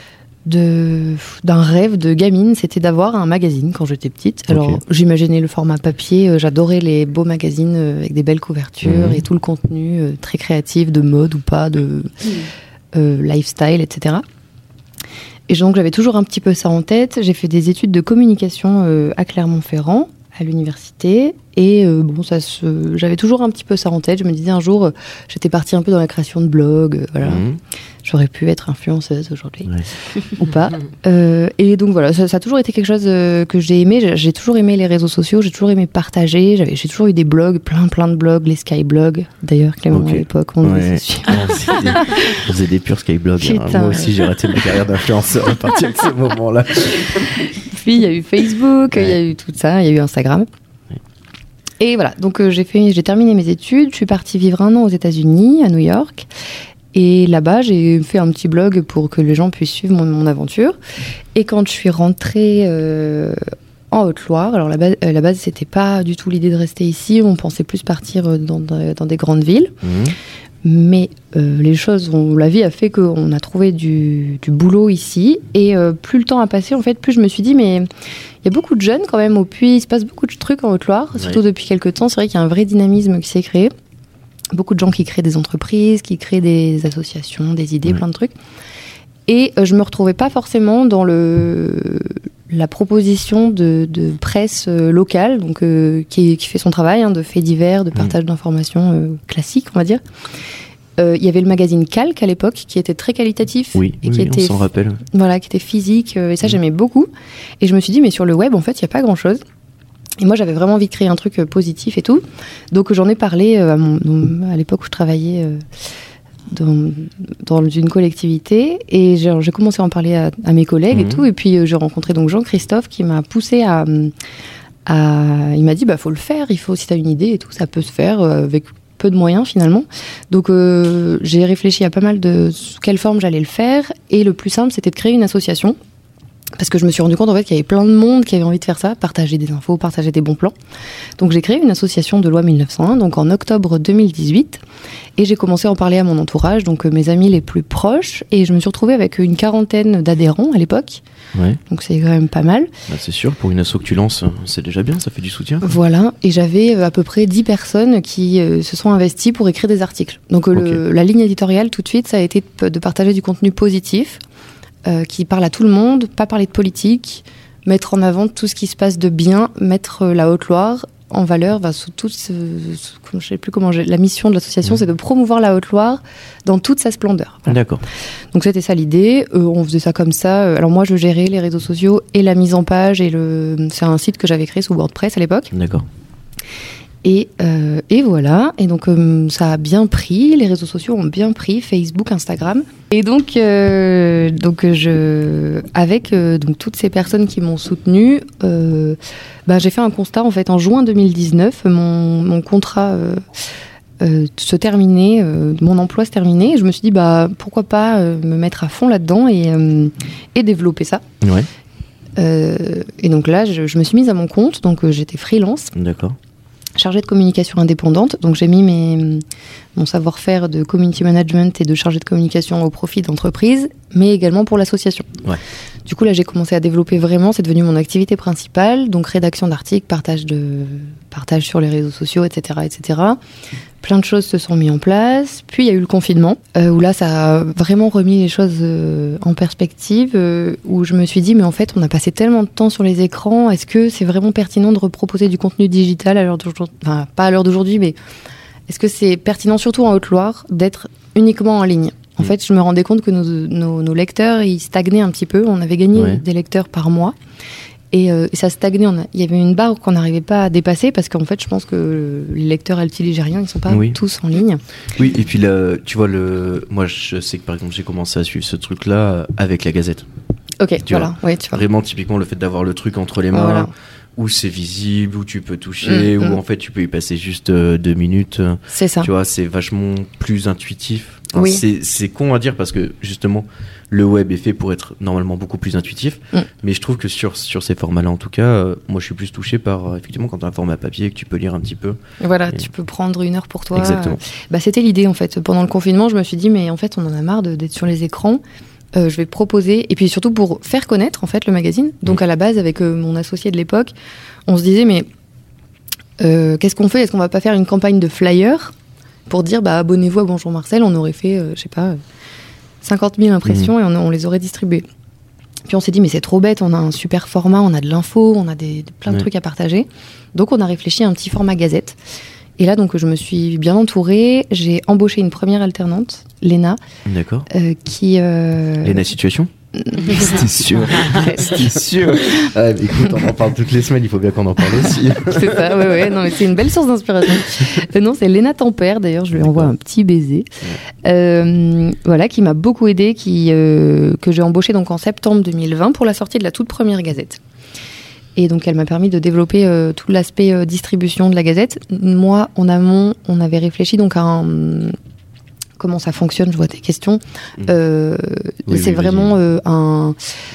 de d'un rêve de gamine, c'était d'avoir un magazine quand j'étais petite. Alors, Ok. j'imaginais le format papier, euh, j'adorais les beaux magazines euh, avec des belles couvertures Mhm. et tout le contenu euh, très créatif, de mode ou pas, de euh, lifestyle, et cetera. Et donc, j'avais toujours un petit peu ça en tête. J'ai fait des études de communication euh, à Clermont-Ferrand, à l'université. Et euh, bon, ça se... j'avais toujours un petit peu ça en tête. Je me disais un jour, euh, j'étais partie un peu dans la création de blogs. euh, voilà. Mhm. J'aurais pu être influenceuse aujourd'hui, Ouais. ou pas. Euh, et donc voilà, ça, ça a toujours été quelque chose euh, que j'ai aimé. J'ai, j'ai toujours aimé les réseaux sociaux, j'ai toujours aimé partager. J'avais, j'ai toujours eu des blogs, plein plein de blogs, les skyblogs. D'ailleurs, Clément, Ok. à l'époque, on devait Ouais. se suivre. On faisait des, on faisait des purs skyblogs. hein. Putain. Moi aussi, j'ai raté ma carrière d'influenceur à partir de ce moment-là. Puis il y a eu Facebook, il y a Ouais. eu tout ça, il y a eu Instagram. Et voilà, donc euh, j'ai fait, j'ai terminé mes études, je suis partie vivre un an aux États-Unis, à New York. Et là-bas, j'ai fait un petit blog pour que les gens puissent suivre mon, mon aventure. Et quand je suis rentrée euh, en Haute-Loire, alors la base, euh, la base, c'était pas du tout l'idée de rester ici. On pensait plus partir euh, dans, dans, dans des grandes villes. Mhm. Mais euh, les choses, ont, la vie a fait qu'on a trouvé du, du boulot ici. Et euh, plus le temps a passé, en fait, plus je me suis dit, mais il y a beaucoup de jeunes quand même au Puy. Il se passe beaucoup de trucs en Haute-Loire, surtout Ouais. depuis quelques temps. C'est vrai qu'il y a un vrai dynamisme qui s'est créé. Beaucoup de gens qui créent des entreprises, qui créent des associations, des idées, Ouais. plein de trucs. Et euh, je me retrouvais pas forcément dans le la proposition de, de presse euh, locale, donc euh, qui, qui fait son travail, hein, de faits divers, de partage d'informations euh, classiques, on va dire. Euh, Il y avait le magazine Calque à l'époque, qui était très qualitatif Oui, et oui, qui on était s'en rappelle. voilà, qui était physique, euh, et ça Mm. j'aimais beaucoup. Et je me suis dit, mais sur le web, en fait, il n'y a pas grand-chose. Et moi, j'avais vraiment envie de créer un truc euh, positif et tout. Donc, j'en ai parlé euh, à, mon, à l'époque où je travaillais euh, dans, dans une collectivité. Et j'ai, j'ai commencé à en parler à, à mes collègues Mhm. et tout. Et puis, euh, j'ai rencontré donc Jean-Christophe qui m'a poussé à, à. Il m'a dit, bah, faut le faire. Il faut, si tu as une idée et tout, ça peut se faire euh, avec peu de moyens finalement. Donc, euh, j'ai réfléchi à pas mal de sous quelle forme j'allais le faire. Et le plus simple, c'était de créer une association. Parce que je me suis rendu compte en fait qu'il y avait plein de monde qui avait envie de faire ça, partager des infos, partager des bons plans. Donc j'ai créé une association de loi mille neuf cent un, donc en octobre deux mille dix-huit, et j'ai commencé à en parler à mon entourage, donc euh, mes amis les plus proches, et je me suis retrouvée avec une quarantaine d'adhérents à l'époque, Ouais, donc c'est quand même pas mal. bah, c'est sûr, pour une asso que tu lances, c'est déjà bien, ça fait du soutien. Voilà, et j'avais euh, à peu près dix personnes qui euh, se sont investies pour écrire des articles. Donc euh, le- la ligne éditoriale tout de suite, ça a été de, de partager du contenu positif, euh, qui parle à tout le monde, pas parler de politique, mettre en avant tout ce qui se passe de bien, mettre euh, la Haute-Loire en valeur, bah, sous tout ce, ce- je sais plus comment j'ai, la mission de l'association, Mmh. c'est de promouvoir la Haute-Loire dans toute sa splendeur. Voilà. D'accord. Donc c'était ça l'idée. Euh, on faisait ça comme ça. Euh, Alors moi, je gérais les réseaux sociaux et la mise en page et le. C'est un site que j'avais créé sous WordPress à l'époque. D'accord. Et, euh, et voilà. Et donc euh, ça a bien pris. Les réseaux sociaux ont bien pris. Facebook, Instagram. Et donc, euh, donc je, avec euh, donc toutes ces personnes qui m'ont soutenue, euh, bah, j'ai fait un constat en fait en juin deux mille dix-neuf. Mon, mon contrat. Euh, Euh, se terminer, euh, mon emploi se terminait, et je me suis dit bah pourquoi pas euh, me mettre à fond là-dedans et, euh, et développer ça. Ouais. Euh, et donc là, je, je me suis mise à mon compte, donc euh, j'étais freelance, D'accord. chargée de communication indépendante. Donc j'ai mis mes, mon savoir-faire de community management et de chargée de communication au profit d'entreprise, mais également pour l'association. Ouais. Du coup, là, j'ai commencé à développer vraiment, c'est devenu mon activité principale, donc rédaction d'articles, partage, de, partage sur les réseaux sociaux, et cetera, et cetera. Plein de choses se sont mises en place. Puis, il y a eu le confinement, euh, où là, ça a vraiment remis les choses euh, en perspective, euh, où je me suis dit, mais en fait, on a passé tellement de temps sur les écrans, est-ce que c'est vraiment pertinent de reproposer du contenu digital à l'heure d'aujourd'hui ? Enfin, pas à l'heure d'aujourd'hui, mais est-ce que c'est pertinent, surtout en Haute-Loire, d'être uniquement en ligne ? En fait, je me rendais compte que nos, nos, nos lecteurs, ils stagnaient un petit peu. On avait gagné Ouais. des lecteurs par mois. Et, euh, et ça stagnait. On a, il y avait une barre qu'on n'arrivait pas à dépasser parce qu'en fait, je pense que les lecteurs altiligériens, ils ne sont pas Oui. tous en ligne. Oui, et puis là, tu vois, le... moi je sais que par exemple j'ai commencé à suivre ce truc-là avec la Gazette. Ok, Tu voilà. Ouais, tu vois. Vraiment, typiquement, le fait d'avoir le truc entre les mains, Voilà. où c'est visible, où tu peux toucher, Mm, où mm. en fait tu peux y passer juste euh, deux minutes. euh, C'est ça. Tu vois, c'est vachement plus intuitif. Enfin, Oui. c'est, c'est con à dire parce que justement, le web est fait pour être normalement beaucoup plus intuitif. Mm. Mais je trouve que sur, sur ces formats-là, en tout cas, euh, moi je suis plus touché par, euh, effectivement, quand tu as un format papier et que tu peux lire un petit peu. Voilà, Et- tu peux prendre une heure pour toi. Exactement. Bah, c'était l'idée en fait. Pendant le confinement, je me suis dit, mais en fait, on en a marre de- d'être sur les écrans. Euh, je vais proposer, et puis surtout pour faire connaître en fait le magazine. Donc Mm. à la base, avec euh, mon associé de l'époque, on se disait, mais euh, qu'est-ce qu'on fait ? Est-ce qu'on va pas faire une campagne de flyers pour dire, bah abonnez-vous à Bonjour Marcel ? On aurait fait, euh, je sais pas, euh, cinquante mille impressions et on, on les aurait distribuées. Puis on s'est dit, mais c'est trop bête, on a un super format, on a de l'info, on a des, plein de Ouais. trucs à partager. Donc on a réfléchi à un petit format gazette. Et là, donc, je me suis bien entourée. J'ai embauché une première alternante, Léna, D'accord. euh, qui... Euh... Léna Situation C'était sûr. C'était sûr. Ah, mais écoute, on en parle toutes les semaines, il faut bien qu'on en parle aussi. C'est ça, ouais, ouais. Non, mais c'est une belle source d'inspiration. Euh, non, c'est Léna Tempère, d'ailleurs, je lui envoie D'accord. un petit baiser. Euh, voilà, qui m'a beaucoup aidée, qui, euh, que j'ai embauchée donc en septembre deux mille vingt pour la sortie de la toute première Gazette. Et donc, elle m'a permis de développer euh, tout l'aspect euh, distribution de la Gazette. Moi, en amont, on avait réfléchi donc à un... Comment ça fonctionne ? Je vois tes questions. Mm. Euh, Oui, c'est oui, vraiment euh, un,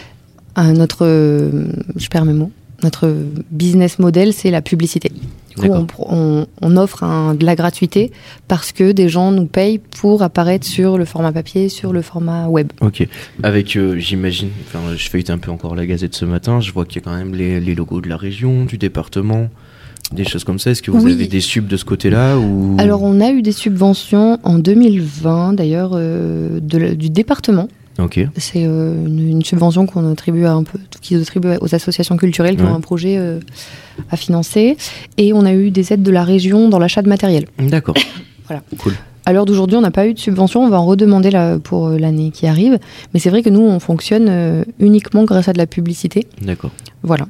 un notre, euh, je perds mes mots. Notre business model, c'est la publicité. Du coup, on, D'accord. on, on offre un, de la gratuité parce que des gens nous payent pour apparaître sur le format papier, sur le format web. Ok. Avec, euh, j'imagine, enfin, je feuillete un peu encore la Gazette ce matin, je vois qu'il y a quand même les, les logos de la région, du département, des choses comme ça. Est-ce que vous Oui. avez des subs de ce côté-là ou... Alors, on a eu des subventions en deux mille vingt, d'ailleurs, euh, de la- du département. Ok. C'est euh, une, une subvention qu'on attribue à un peu, qui attribue aux associations culturelles qui Ouais. ont un projet euh, à financer. Et on a eu des aides de la région dans l'achat de matériel. D'accord. Voilà. Cool. À l'heure d'aujourd'hui, on n'a pas eu de subvention. On va en redemander là, pour euh, l'année qui arrive. Mais c'est vrai que nous, on fonctionne euh, uniquement grâce à de la publicité. D'accord. Voilà.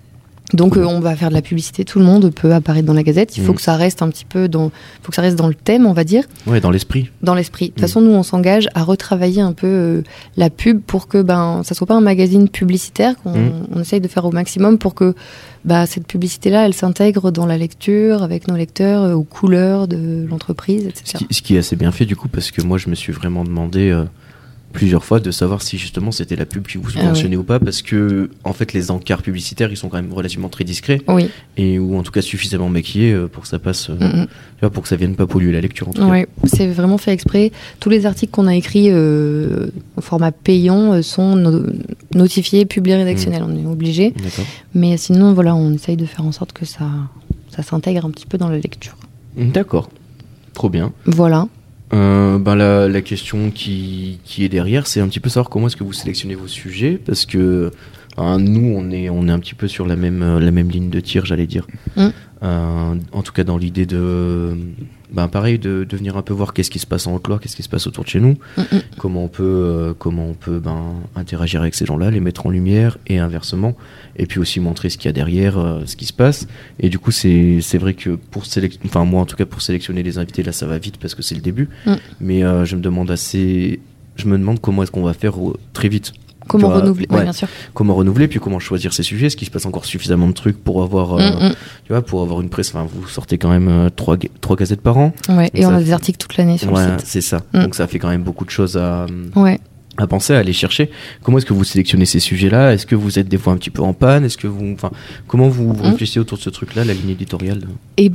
Donc, Cool. euh, on va faire de la publicité. Tout le monde peut apparaître dans la Gazette. Il faut Mhm. que ça reste un petit peu dans, faut que ça reste dans le thème, on va dire. Ouais, dans l'esprit. Dans l'esprit. De toute Mm. façon, nous, on s'engage à retravailler un peu euh, la pub pour que ben, ça soit pas un magazine publicitaire, qu'on Mm. on essaye de faire au maximum pour que bah, cette publicité-là, elle s'intègre dans la lecture, avec nos lecteurs, euh, aux couleurs de l'entreprise, Ce et cetera. qui, ce qui est assez bien fait du coup, parce que moi je me suis vraiment demandé euh, plusieurs fois de savoir si justement c'était la pub qui vous subventionnait ou pas, parce que en fait les encarts publicitaires ils sont quand même relativement très discrets Oui. et ou en tout cas suffisamment maquillés euh, pour que ça passe, euh, Mm, mm. tu vois, pour que ça vienne pas polluer la lecture en tout cas. Ouais, c'est vraiment fait exprès. Tous les articles qu'on a écrits euh, au format payant euh, sont no- notifiés, publiés rédactionnels. On est obligé. D'accord. Mais sinon, voilà, on essaye de faire en sorte que ça, ça s'intègre un petit peu dans la lecture. D'accord. Trop bien. Voilà. Euh, ben la, la question qui, qui est derrière, c'est un petit peu savoir comment est-ce que vous sélectionnez vos sujets, parce que hein, nous, on est, on est un petit peu sur la même, euh, la même ligne de tir, j'allais dire. Mm. Euh, en tout cas, dans l'idée de, ben pareil, de, de venir un peu voir qu'est-ce qui se passe en Haute-Loire, qu'est-ce qui se passe autour de chez nous, Mm, mm. comment on peut, euh, comment on peut ben, interagir avec ces gens-là, les mettre en lumière et inversement, et puis aussi montrer ce qu'il y a derrière, euh, ce qui se passe. Et du coup, c'est, c'est vrai que pour sélectionner, enfin moi en tout cas pour sélectionner les invités, là ça va vite parce que c'est le début, Mm. mais euh, je me demande assez, je me demande comment est-ce qu'on va faire euh, très vite. Comment Tu vois, renouveler Oui, ouais. bien sûr. Comment renouveler, puis comment choisir ces sujets, est-ce qu'il se passe encore suffisamment de trucs pour avoir, euh, Mm, mm. tu vois, pour avoir une presse. Enfin, vous sortez quand même euh, trois, ga- trois gazettes par an. Ouais, et ça on a fait- des articles toute l'année sur Ouais, le site. c'est ça. Mm. Donc ça fait quand même beaucoup de choses à, Ouais. à penser à aller chercher. Comment est-ce que vous sélectionnez ces sujets-là? Est-ce que vous êtes des fois un petit peu en panne? Est-ce que vous, enfin, comment vous Mmh. réfléchissez autour de ce truc-là, la ligne éditoriale? Eh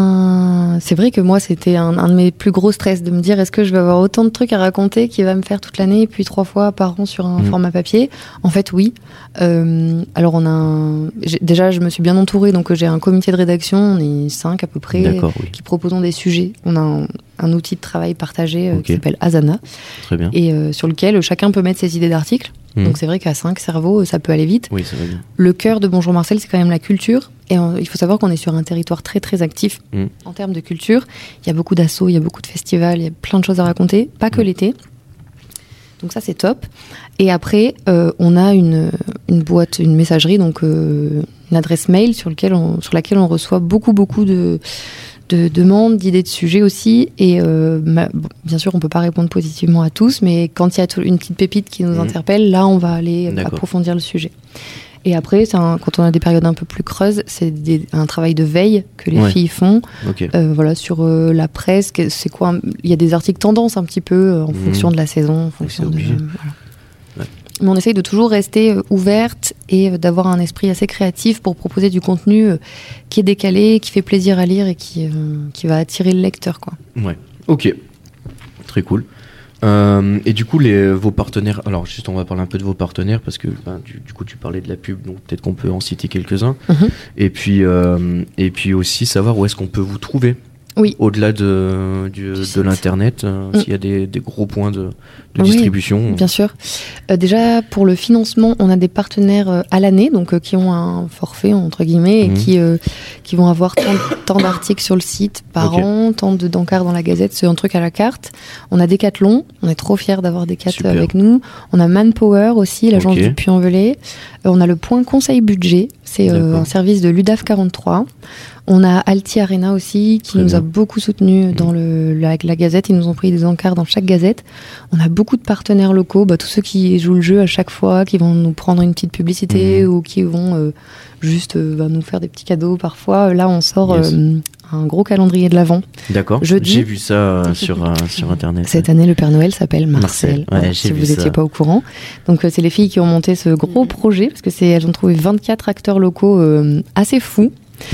ben, c'est vrai que moi, c'était un, un de mes plus gros stress de me dire est-ce que je vais avoir autant de trucs à raconter qui va me faire toute l'année, puis trois fois par an sur un Mmh. format papier. En fait, oui. Euh, alors, on a un... j'ai- déjà, je me suis bien entourée, donc j'ai un comité de rédaction, on est cinq à peu près, D'accord, oui. qui proposons des sujets. On a un, un outil de travail partagé euh, Ok. qui s'appelle Asana, Très bien. et euh, sur lequel chacun peut mettre ses idées d'articles. Mmh. Donc, c'est vrai qu'à cinq cerveaux, ça peut aller vite. Oui, ça va bien. Le cœur de Bonjour Marcel, c'est quand même la culture. Et euh, il faut savoir qu'on est sur un territoire très très actif Mm. en termes de culture. Il y a beaucoup d'assauts, il y a beaucoup de festivals, il y a plein de choses à raconter, pas que Mm. l'été. Donc ça, c'est top. Et après, euh, on a une, une boîte, une messagerie, donc euh, une adresse mail sur, lequel on, sur laquelle on reçoit beaucoup beaucoup de, de demandes, d'idées de sujets aussi. Et euh, ma- bon, bien sûr, on peut pas répondre positivement à tous, mais quand il y a tout- une petite pépite qui nous Mm. interpelle, là, on va aller D'accord. approfondir le sujet. Et après, c'est un- quand on a des périodes un peu plus creuses, c'est des- un travail de veille que les Ouais. filles font. Ok. Euh, voilà, sur euh, la presse, que- c'est quoi un- il y a des articles tendances un petit peu euh, en Mhm. fonction de la saison, en fonction c'est de, obligé. voilà. Ouais. Mais on essaye de toujours rester euh, ouverte et euh, d'avoir un esprit assez créatif pour proposer du contenu euh, qui est décalé, qui fait plaisir à lire et qui, euh, qui va attirer le lecteur, quoi. Ouais. Ok. Très cool. Euh, et du coup, les, vos partenaires. Alors, juste, on va parler un peu de vos partenaires parce que ben, du, du coup, tu parlais de la pub, donc peut-être qu'on peut en citer quelques-uns. Mhm. Et puis, euh, et puis aussi savoir où est-ce qu'on peut vous trouver. Oui. Au-delà de, du- Du de site. l'internet, euh, Mm. s'il y a des, des gros points de, de Oui, distribution. Bien sûr. Euh, déjà, pour le financement, on a des partenaires euh, à l'année, donc euh, qui ont un forfait, entre guillemets, Mhm. et qui, euh, qui vont avoir tant, tant d'articles sur le site par Ok. an, tant de d'encarts dans la Gazette, c'est un truc à la carte. On a Decathlon, on est trop fiers d'avoir Decathlon Super. avec nous. On a Manpower aussi, l'agence Ok. du Puy-en-Velay. Euh, on a le Point Conseil Budget, c'est euh, D'accord. un service de l'U D A F quarante-trois. On a Alti Arena aussi, qui Très nous bien. a beaucoup soutenus dans le, la, la Gazette. Ils nous ont pris des encarts dans chaque Gazette. On a beaucoup de partenaires locaux, bah, tous ceux qui jouent le jeu à chaque fois, qui vont nous prendre une petite publicité Mhm. ou qui vont euh, juste euh, bah, nous faire des petits cadeaux parfois. Là, on sort Yes. euh, un gros calendrier de l'Avent. D'accord. Jeudi. J'ai vu ça euh, sur, euh, sur internet. Cette année, le Père Noël s'appelle Marcel. Marcel, ouais, Voilà, j'ai si vu vous ça. n'étiez pas au courant. Donc, euh, c'est les filles qui ont monté ce gros Mhm. projet, parce que c'est, elles ont trouvé vingt-quatre acteurs locaux euh, assez fous.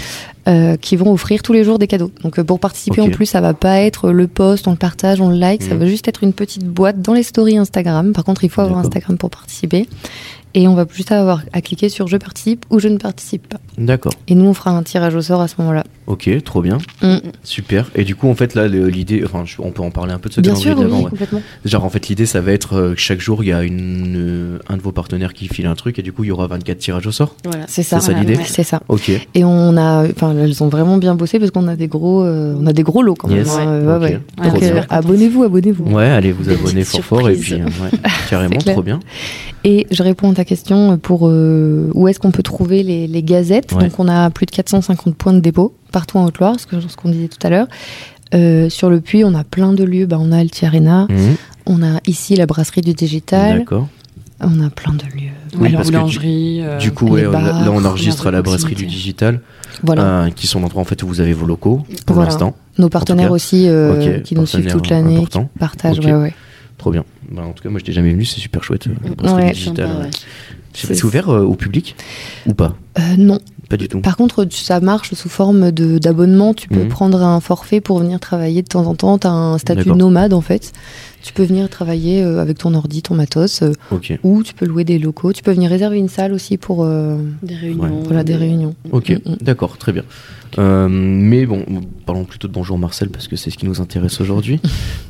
Euh, qui vont offrir tous les jours des cadeaux. Donc euh, pour participer Ok. en plus, ça va pas être le post, on le partage, on le like, ça Mhm. va juste être une petite boîte dans les stories Instagram. Par contre, il faut avoir D'accord. Instagram pour participer. Et on va juste avoir à cliquer sur je participe ou je ne participe pas. D'accord. Et nous, on fera un tirage au sort à ce moment-là. Ok, trop bien. Mm. Super. Et du coup, en fait, là, le- l'idée, enfin, je- on peut en parler un peu de ce Bien calendrier sûr, de oui, l'Avent, ouais. complètement. Genre, en fait, l'idée, ça va être euh, que chaque jour, il y a une, euh, un de vos partenaires qui file un truc et du coup, il y aura vingt-quatre tirages au sort. Voilà. C'est ça, C'est ça l'idée Ouais, c'est ça. Ok. Et on a, enfin, elles ont vraiment bien bossé parce qu'on a des gros, euh, on a des gros lots quand même. Yes. hein. Ouais. Ouais, Ok. ouais. Ouais, Donc, on est euh, super contents. abonnez-vous, abonnez-vous. Ouais, allez vous abonner fort fort et puis, Surprise. euh, ouais, carrément, C'est clair. trop bien. Et je réponds à ta question pour euh, où est-ce qu'on peut trouver les, les gazettes. Ouais. Donc on a plus de quatre cent cinquante points de dépôt partout en Haute-Loire, ce que- ce qu'on disait tout à l'heure. Euh, sur le Puy, on a plein de lieux. Bah, on a Alti Arena, Mhm. on a ici la brasserie du digital, D'accord. on a plein de lieux. Oui, la parce que du- boulangerie. euh, Du coup, les ouais, on- là, bars, là, on enregistre à la commerces de brasserie du proximité. digital, Voilà. euh, qui sont l'endroit en fait où vous avez vos locaux pour Voilà. l'instant. Nos partenaires cas, aussi euh, ok, qui nous suivent toute partenaires l'année, qui importants. partagent. Ok. Ouais, ouais. Trop bien. Bah, en tout cas, moi, je n'étais jamais venu, c'est super chouette. euh, la brasserie Ouais, du digital. sympa, ouais. ouais. Je sais pas, C'est- c'est ouvert euh, au public ou pas? Euh, non. Pas du tout. Par contre, ça marche sous forme de d'abonnement. Tu peux Mhm. prendre un forfait pour venir travailler de temps en temps. Tu as un statut D'accord. nomade en fait. Tu peux venir travailler euh, avec ton ordi, ton matos, euh, Ok. ou tu peux louer des locaux. Tu peux venir réserver une salle aussi pour euh, Des réunions. Ouais. voilà, des réunions. Ok, Mm, mm. d'accord, très bien. Euh, mais bon, parlons plutôt de Bonjour Marcel parce que c'est ce qui nous intéresse aujourd'hui.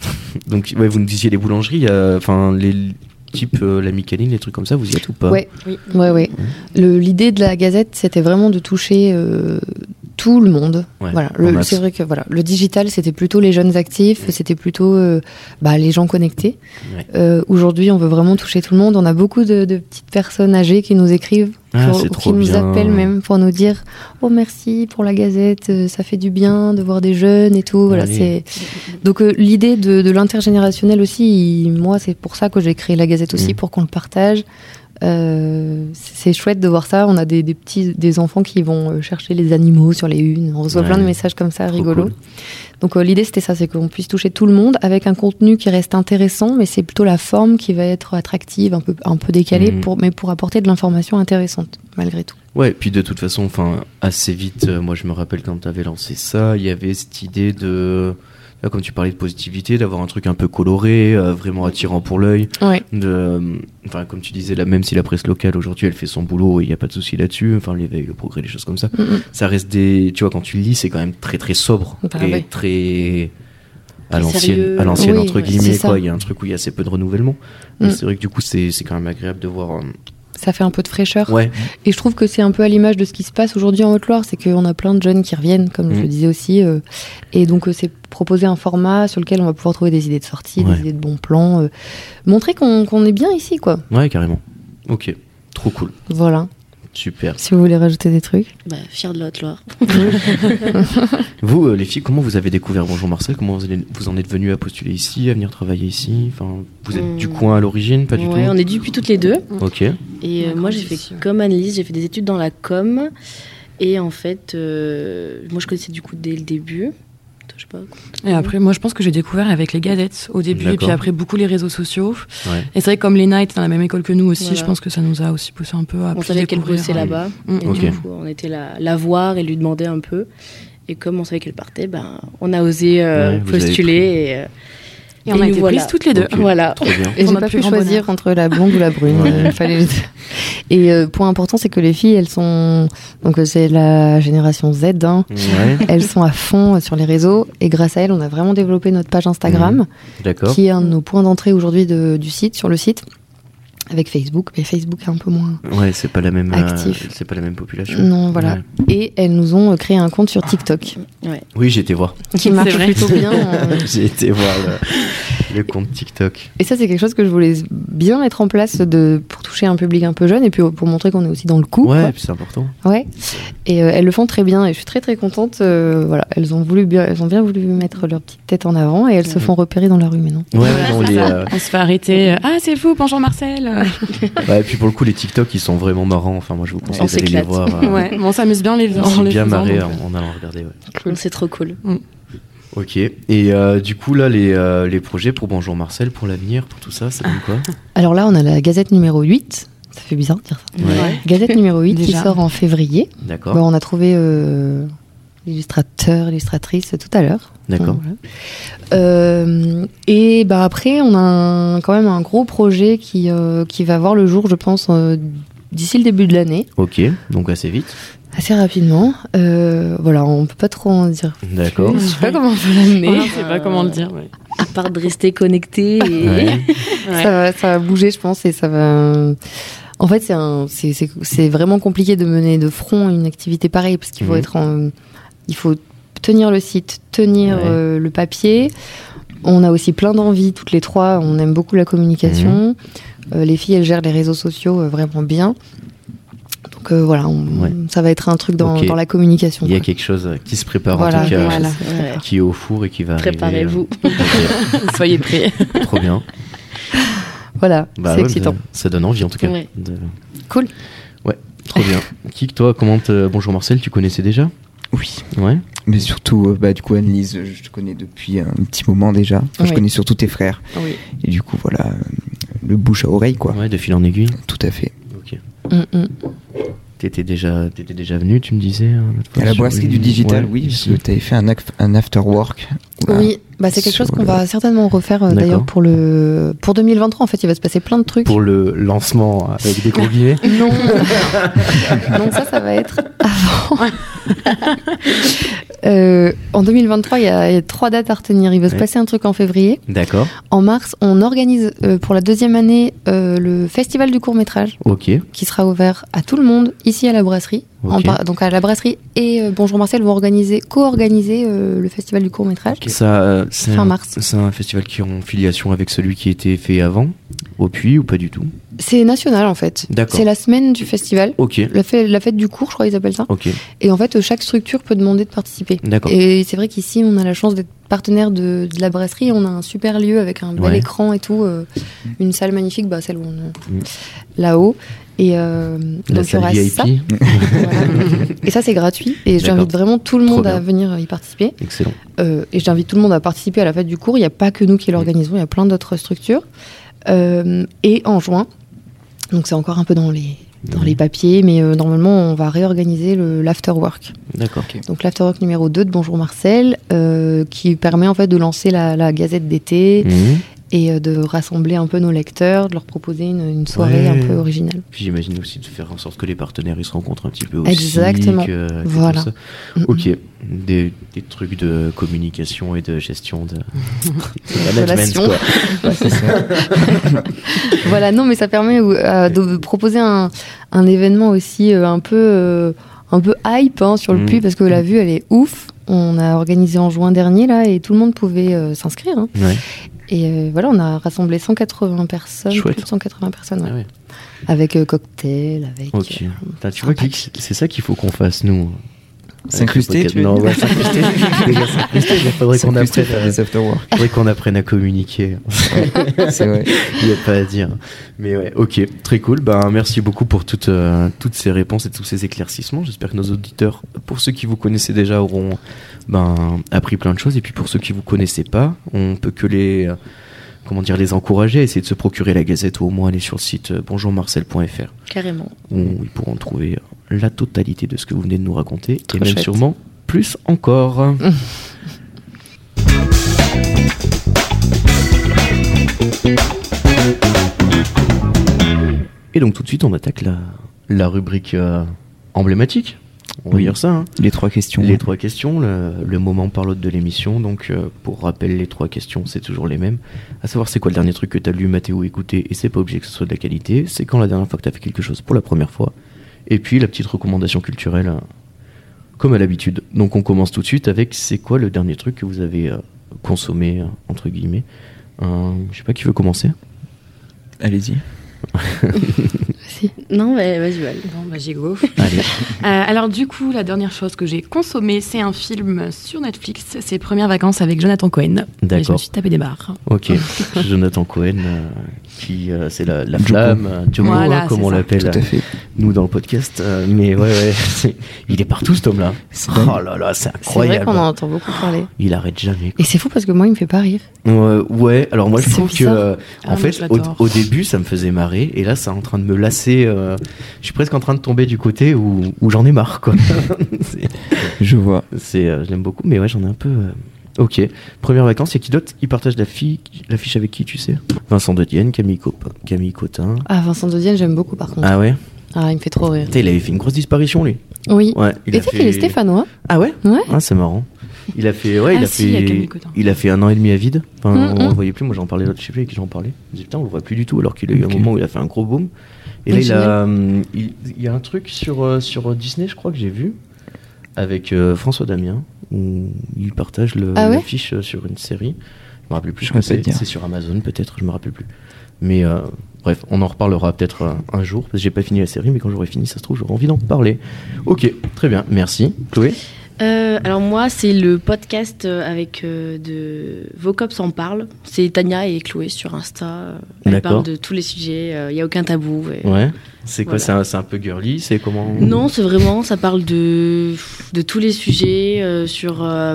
Donc, ouais, vous nous disiez les boulangeries, il y a, enfin, les type euh, la Micaline, les trucs comme ça, vous y êtes ou pas? Ouais, Oui. ouais, ouais. Le- L'idée de la Gazette, c'était vraiment de toucher euh, tout le monde. Ouais, Voilà. en Le- masse. C'est vrai que voilà, le digital, c'était plutôt les jeunes actifs, c'était plutôt euh, bah, les gens connectés. Ouais. Euh, Aujourd'hui, on veut vraiment toucher tout le monde. On a beaucoup de, de petites personnes âgées qui nous écrivent, Ah, pour- c'est ou trop qui nous bien. appellent même pour nous dire « Oh, merci pour la Gazette, euh, ça fait du bien de voir des jeunes et tout. » Voilà, Allez. c'est... Donc euh, l'idée de, de l'intergénérationnel aussi, il- moi, c'est pour ça que j'ai créé la Gazette aussi, Mm. pour qu'on le partage. Euh, c'est chouette de voir ça. On a des, des petits, des enfants qui vont chercher les animaux sur les unes. On reçoit Ouais. plein de messages comme ça, Trop rigolos. cool. Donc euh, l'idée c'était ça, c'est qu'on puisse toucher tout le monde avec un contenu qui reste intéressant, mais c'est plutôt la forme qui va être attractive, un peu, un peu décalée, Mhm. pour, mais pour apporter de l'information intéressante malgré tout. Ouais, puis de toute façon, enfin, assez vite, euh, moi je me rappelle quand tu avais lancé ça, il y avait cette idée de, là, comme tu parlais de positivité, d'avoir un truc un peu coloré, euh, vraiment attirant pour l'œil. Ouais. De, euh, enfin, comme tu disais, là, même si la presse locale aujourd'hui elle fait son boulot, il n'y a pas de souci là-dessus, enfin, l'éveil, le progrès, les choses comme ça, Mhm. ça reste des, tu vois, quand tu le lis, c'est quand même très très sobre Bah et ouais. très à Très l'ancienne, sérieux. à l'ancienne Oui, entre ouais, guillemets, c'est ça. quoi. Il y a un truc où il y a assez peu de renouvellement, mais Mm. c'est vrai que du coup, c'est c'est quand même agréable de voir. euh, Ça fait un peu de fraîcheur. Ouais. Et je trouve que c'est un peu à l'image de ce qui se passe aujourd'hui en Haute-Loire, c'est qu'on a plein de jeunes qui reviennent, comme je Mhm. le disais aussi. euh, et donc euh, c'est proposer un format sur lequel on va pouvoir trouver des idées de sortie, Ouais. des idées de bons plans, euh, montrer qu'on qu'on est bien ici, quoi. Ouais, carrément. Ok, trop cool, Voilà. super. Si vous voulez rajouter des trucs. Bah, fier de la Haute-Loire. Vous, euh, les filles, comment vous avez découvert Bonjour Marcel? Comment vous, allez- vous en êtes venu à postuler ici, à venir travailler ici? Enfin, vous êtes Hmm. du coin à l'origine, pas du Ouais, tout? on est depuis toutes les deux. Ok, Et euh, On a moi, j'ai grandi fait ici, ouais. comme Annelise, j'ai fait des études dans la com. Et en fait, euh, moi, je connaissais du coup dès le début. Toi, je sais pas. Et après, moi, je pense que j'ai découvert avec les Gazettes au début, et D'accord. puis après beaucoup les réseaux sociaux. ouais. Et c'est vrai que comme les Nights dans la même école que nous aussi, Voilà. je pense que ça nous a aussi poussé un peu à On plus savait qu'elle découvrir, bossait euh, là-bas. Mm. Et Ok. du coup, on était là, la voir et lui demander un peu. Et comme on savait qu'elle partait, ben, on a osé euh, Ouais, vous avez postuler. Et, euh, Et on Et a nous été voilà. prises toutes les deux. Ok. Voilà. Trop bien. Et Pour j'ai notre pas plus pu grand choisir bonheur. entre la blonde ou la brune. Ouais. Il fallait les deux. Et euh, point important, c'est que les filles, elles sont donc euh, c'est la génération Z. Hein. Ouais, Elles sont à fond euh, sur les réseaux et grâce à elles, on a vraiment développé notre page Instagram, d'accord. qui est un de nos points d'entrée aujourd'hui de- du site, sur le site, avec Facebook. Mais Facebook est un peu moins. Ouais, c'est pas la même, euh, Actif. c'est pas la même population. Non, voilà. Ouais. Et elles nous ont euh, créé un compte sur TikTok Ouais. Oui, j'ai été voir. qui marche vrai. plutôt bien. euh, J'ai été voir le, le compte TikTok. Et ça, c'est quelque chose que je voulais bien mettre en place de, pour toucher un public un peu jeune et puis pour montrer qu'on est aussi dans le coup. Ouais, quoi. puis c'est important. Ouais. Et euh, elles le font très bien et je suis très très contente. euh, voilà, elles ont voulu bien, elles ont bien voulu mettre leur petite tête en avant et elles se Mhm. font repérer dans la rue maintenant. Ouais, Voilà, non, c'est les, ça. euh, On se fait arrêter. euh, Ah, c'est vous, bonjour Marcel. ouais, et puis pour le coup, les TikTok, ils sont vraiment marrants. Enfin, moi, je vous conseille On d'aller les s'éclate. voir. euh, Ouais, bon, on s'amuse bien les, on en s'est les bien faisant, marré donc, en, en allant regarder. Ouais. C'est trop cool. Ok. Et euh, du coup, là, les, euh, les projets pour Bonjour Marcel, pour l'avenir, pour tout ça, ça donne quoi? Alors là, on a la Gazette numéro huit. Ça fait bizarre de dire ça. Ouais. Gazette numéro huit qui Déjà. sort en février. D'accord. Bon, on a trouvé euh, l'illustrateur, illustratrice tout à l'heure. D'accord. Donc, voilà. Euh, et bah après, on a un- quand même un gros projet qui, euh, qui va voir le jour, je pense, euh, d'ici le début de l'année, Ok, donc assez vite. assez rapidement. Euh, voilà, on peut pas trop en dire. D'accord. Je sais pas comment on peut l'amener. On sait pas comment le dire. Ouais. À part de rester connecté et Ouais. Ouais. Ça, va, ça va bouger, je pense, et ça va. En fait, c'est un, c'est, c'est, c'est vraiment compliqué de mener de front une activité pareille parce qu'il faut Mhm. être, en- il faut tenir le site, tenir Ouais. euh, le papier. On a aussi plein d'envies toutes les trois. On aime beaucoup la communication. Euh, les filles, elles gèrent les réseaux sociaux euh, vraiment bien. Donc euh, voilà, on- Ouais. ça va être un truc dans, Ok. dans la communication. Il y a quoi. quelque chose qui se prépare Voilà, en tout cas, voilà. Ouais. qui est au four et qui va arriver. Préparez-vous. euh, Soyez prêts. ok, trop bien. Voilà, Bah c'est ouais, excitant. Ça, ça donne envie en tout cas. Ouais. de- Cool. Ouais, trop bien. Kik, toi, comment te... Bonjour Marcel, tu connaissais déjà? Oui. Ouais. Mais surtout, euh, bah, du coup, Annelise, euh, je te connais depuis un petit moment déjà. Enfin, Je Oui. connais surtout tes frères. Oui. Et du coup, voilà, euh, le bouche à oreille, quoi. Ouais, de fil en aiguille. Tout à fait. Ok. Mm, mm. T'étais déjà, t'étais déjà venu, tu me disais euh, l'autre fois À la sur brasserie une- du digital, Ouais, oui, parce ici. que tu avais fait un, ac- un after work. Voilà. Oui, bah c'est quelque Sur chose qu'on le- va certainement refaire euh, D'accord. d'ailleurs pour le pour deux mille vingt-trois. En fait, il va se passer plein de trucs. Pour le lancement avec des gros guillemets. Non, non, ça, ça va être avant. Euh, en deux mille vingt-trois, il y, a il y a trois dates à retenir. Il va se Ouais. passer un truc en février. D'accord. En mars, on organise euh, pour la deuxième année euh, le festival du court métrage Ok. qui sera ouvert à tout le monde ici à la brasserie. Ok. En par- donc à la brasserie et euh, Bonjour Marcel vont organiser, co-organiser euh, le festival du court métrage. Ça, euh, c'est Fin un, mars. c'est un festival qui est en filiation avec celui qui était fait avant, au Puy ou pas du tout? C'est national en fait. D'accord. C'est la semaine du festival. Ok. La fête, la fête du cours, je crois qu'ils appellent ça. Ok. Et en fait, chaque structure peut demander de participer. D'accord. Et c'est vrai qu'ici, on a la chance d'être partenaire de, de la brasserie. On a un super lieu avec un bel Ouais. écran et tout. euh, une salle magnifique, bah, celle où on est Mm. là-haut. Et euh, La donc, il y salle aura V I ça. P. Voilà. Et ça, c'est gratuit. Et j'invite D'accord. vraiment tout le Trop monde à bien. venir y participer. Excellent. Euh, et j'invite tout le monde à participer à la fête du cours. Il n'y a pas que nous qui l'organisons, il y a plein d'autres structures. Euh, et en juin, donc c'est encore un peu dans les, dans Mhm. les papiers, mais euh, normalement, on va réorganiser le, l'afterwork. D'accord. Donc l'afterwork numéro deux de Bonjour Marcel, euh, qui permet en fait de lancer la, la gazette d'été Mhm. et euh, de rassembler un peu nos lecteurs, de leur proposer une, une soirée Ouais. un peu originale. Puis j'imagine aussi de faire en sorte que les partenaires ils se rencontrent un petit peu aussi. Exactement. que- que Voilà. tout ça. Mhm. Ok. Des, des trucs de communication et de gestion de, de Relations. quoi. Ouais, c'est ça. Voilà, non, mais ça permet euh, de proposer un, un événement aussi euh, un peu euh, un peu hype hein, sur le Mhm. Puy, parce que la vue elle est ouf. On a organisé en juin dernier là et tout le monde pouvait euh, s'inscrire. hein. Ouais. Et euh, voilà, on a rassemblé cent quatre-vingts personnes, Chouette. plus de cent quatre-vingts personnes, ouais. Ah ouais. Avec euh, cocktail, avec. Ok. euh, Putain, tu vois, Click, c'est ça qu'il faut qu'on fasse nous. S'incruster, Avec le tu veux podcast. Non, dire ouais, s'incruster. Déjà, s'incruster, il faudrait qu'on S'incruster, apprenne, faire des afterwork. faudrait qu'on apprenne à communiquer. C'est vrai. Il n'y a pas à dire. Mais ouais, ok, très cool. Ben, merci beaucoup pour toutes, euh, toutes ces réponses et tous ces éclaircissements. J'espère que nos auditeurs, pour ceux qui vous connaissaient déjà, auront ben, appris plein de choses. Et puis pour ceux qui vous connaissaient pas, on peut que les, euh, comment dire, les encourager à essayer de se procurer la gazette ou au moins aller sur le site euh, bonjour marcel point f r Carrément. où ils pourront trouver la totalité de ce que vous venez de nous raconter Trop et même chouette. sûrement plus encore. Et donc tout de suite on attaque la, la rubrique euh, emblématique, on va Oui. dire ça, hein. Les trois questions. Les trois questions, le, le moment par l'autre de l'émission. Donc, euh, pour rappel, les trois questions, c'est toujours les mêmes. À savoir, c'est quoi le dernier truc que t'as lu, maté ou écouté, et c'est pas obligé que ce soit de la qualité. C'est quand la dernière fois que t'as fait quelque chose pour la première fois. Et puis, la petite recommandation culturelle, euh, comme à l'habitude. Donc, on commence tout de suite avec c'est quoi le dernier truc que vous avez euh, consommé, euh, entre guillemets. Euh, je sais pas qui veut commencer. Allez-y. Si. Non, mais vas-y, Val. Bon, bah, j'y go. Allez. Euh, alors du coup, la dernière chose que j'ai consommée, c'est un film sur Netflix. C'est Premières vacances avec Jonathan Cohen. Et je D'accord. me suis tapé des barres. Ok. Jonathan Cohen, euh, qui euh, c'est la, la Djoko. flamme, euh, Djoko, Voilà, hein, comme c'est on ça. l'appelle. Tout à fait. Nous dans le podcast, euh, mais ouais, ouais, c'est- il est partout cet homme-là. C'est dingue. Oh là là, c'est C'est vrai incroyable. qu'on en entend beaucoup parler. Il arrête jamais. Et c'est fou parce que moi, il me fait pas rire. Ouais, ouais, alors moi je C'est trouve que, bizarre. euh, Ah, en moi, fait, je au, l'adore. au début ça me faisait marrer, et là c'est en train de me lasser. euh, je suis presque en train de tomber du côté où, où j'en ai marre, quoi. c'est, Je vois. c'est, euh, je l'aime beaucoup, mais ouais, j'en ai un peu. euh, Ok. Première vacances, il y a qui d'autre? Il partage la fille, l'affiche avec qui, tu sais? Vincent de Dienne, Camille, Cop- Camille Cotin. Ah, Vincent de Dienne, j'aime beaucoup par contre. Ah ouais? Ah, il me fait trop rire. Putain, il avait fait une grosse disparition, lui. Oui. Ouais. Il Et a tu sais fait- qu'il est stéphanois. Ah ouais? Ouais. Ah, c'est marrant. Il a fait, ouais, il Ah a si, il y a fait, Camille Cotin. il a fait un an et demi à vide. Enfin, Mm, on mm. le voyait plus. Moi, j'en parlais l'autre, je sais plus avec qui j'en parlais. Je me disais, putain, on le voit plus du tout, alors qu'il a eu Ok. un moment où il a fait un gros boom. Et là, Ouais, il a, hum, il, il y a un truc sur, euh, sur Disney, je crois que j'ai vu, avec euh, François Damien, où il partage le, Ah ouais l'affiche euh, sur une série. Je me rappelle plus Je ce que saurais pas c'est. te dire. C'est sur Amazon, peut-être, je me rappelle plus. Mais euh, bref, on en reparlera peut-être euh, un jour, parce que j'ai pas fini la série, mais quand j'aurai fini, ça se trouve, j'aurai envie d'en parler. Ok, très bien, merci. Chloé? Euh, alors moi, c'est le podcast euh, avec euh, de Vos cops en parlent. C'est Tania et Chloé sur Insta. euh, Elles D'accord. parlent de tous les sujets. Il n'y a aucun tabou. et- Ouais. C'est quoi? Voilà. C'est un, c'est un peu girly? C'est comment? Non, c'est vraiment, ça parle de, de tous les sujets, euh, sur, euh,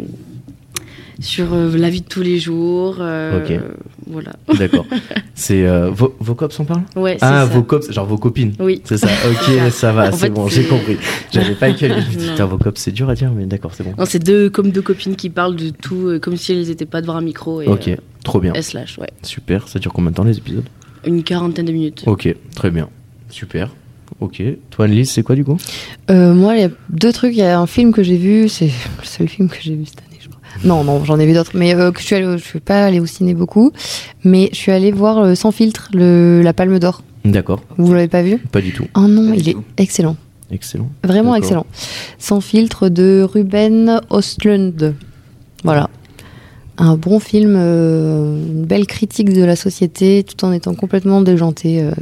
sur euh, la vie de tous les jours. euh, Ok. Voilà. D'accord. C'est euh, vos, vos cops en parlent? Ouais, c'est Ah, ça. vos cops, genre vos copines. Oui. C'est ça. Ok, ça va, En c'est fait, bon, c'est- j'ai compris. J'avais pas écrit. Non. Putain, vos cops, c'est dur à dire, mais d'accord, c'est bon. Non, c'est deux, comme deux copines qui parlent de tout, euh, comme si elles n'étaient pas devant un micro. Et, Ok, euh, trop bien. elles se lâchent, ouais. Super. Ça dure combien de temps les épisodes? Une quarantaine de minutes. Ok, très bien. Super. Ok. Toi, Annelise, c'est quoi du coup? Euh, moi, il y a deux trucs. Il y a un film que j'ai vu. C'est le seul film que j'ai vu cette année, je crois. Non, non, j'en ai vu d'autres. Mais euh, que je suis allée, je suis pas allée au ciné beaucoup. Mais je suis allée voir euh, Sans filtre, le, la Palme d'Or. D'accord. Vous l'avez pas vu? Pas du tout. Oh non, Pas du il est tout. excellent. Excellent. Vraiment D'accord. excellent. Sans filtre de Ruben Östlund. Voilà. Un bon film, euh, une belle critique de la société, tout en étant complètement déjanté. euh,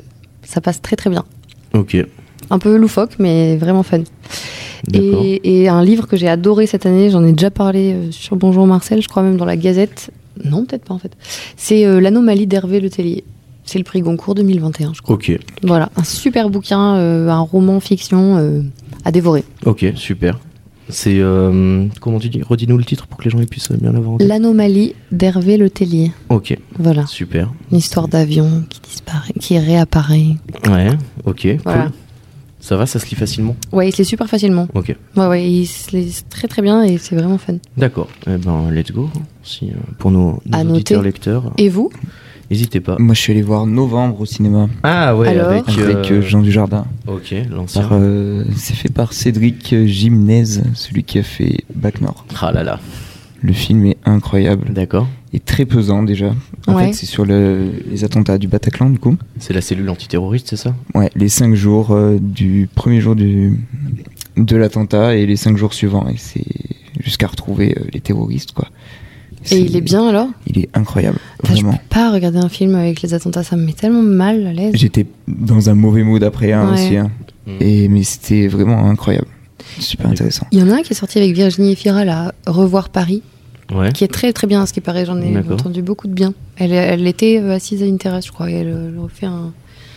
ça passe très très bien. Ok. Un peu loufoque, mais vraiment fun. D'accord. Et, et un livre que j'ai adoré cette année, j'en ai déjà parlé euh, sur Bonjour Marcel, je crois même dans la Gazette. Non, peut-être pas en fait. C'est euh, L'Anomalie d'Hervé Le Tellier. C'est le prix Goncourt deux mille vingt et un, je crois. Ok. Voilà, un super bouquin, euh, un roman fiction euh, à dévorer. Ok, super. C'est euh, comment tu dis? Redis-nous le titre pour que les gens ils puissent bien l'avoir en tête. L'Anomalie d'Hervé Le Tellier. Ok, Voilà, super. une histoire d'avion qui disparaît, qui réapparaît. Ouais, ok, Voilà. cool. Ça va, ça se lit facilement? Ouais, il se lit super facilement. Ok, Ouais, ouais, il se lit très très bien et c'est vraiment fun. d'accord. Eh ben, let's go. Si, euh, pour nos, nos À auditeurs noter. lecteurs, Et vous? n'hésitez pas. Moi, je suis allé voir Novembre au cinéma Ah ouais, Alors avec, euh, avec euh, Jean Dujardin. Ok, l'ancien. Par, euh, c'est fait par Cédric Gimnez, celui qui a fait Bac Nord. Ah là là, Le film est incroyable d'accord. et très pesant déjà. En Ouais. fait, c'est sur le- les attentats du Bataclan, du coup. C'est la cellule antiterroriste, c'est ça? Ouais, les cinq jours euh, du premier jour du, de l'attentat et les cinq jours suivants. Et c'est jusqu'à retrouver euh, les terroristes, quoi. Et C'est- il est bien alors? Il est incroyable, Enfin, je vraiment. peux pas regarder un film avec les attentats, ça me met tellement mal à l'aise. J'étais dans un mauvais mood après hein, Ouais. aussi. Hein. Mm. Et, mais c'était vraiment incroyable. Super intéressant. Il y en a un qui est sorti avec Virginie Efira, là, Revoir Paris, Ouais. qui est très très bien, à ce qui paraît, j'en ai D'accord. entendu beaucoup de bien. Elle, elle était euh, assise à une terrasse, je crois, et elle, elle refait un,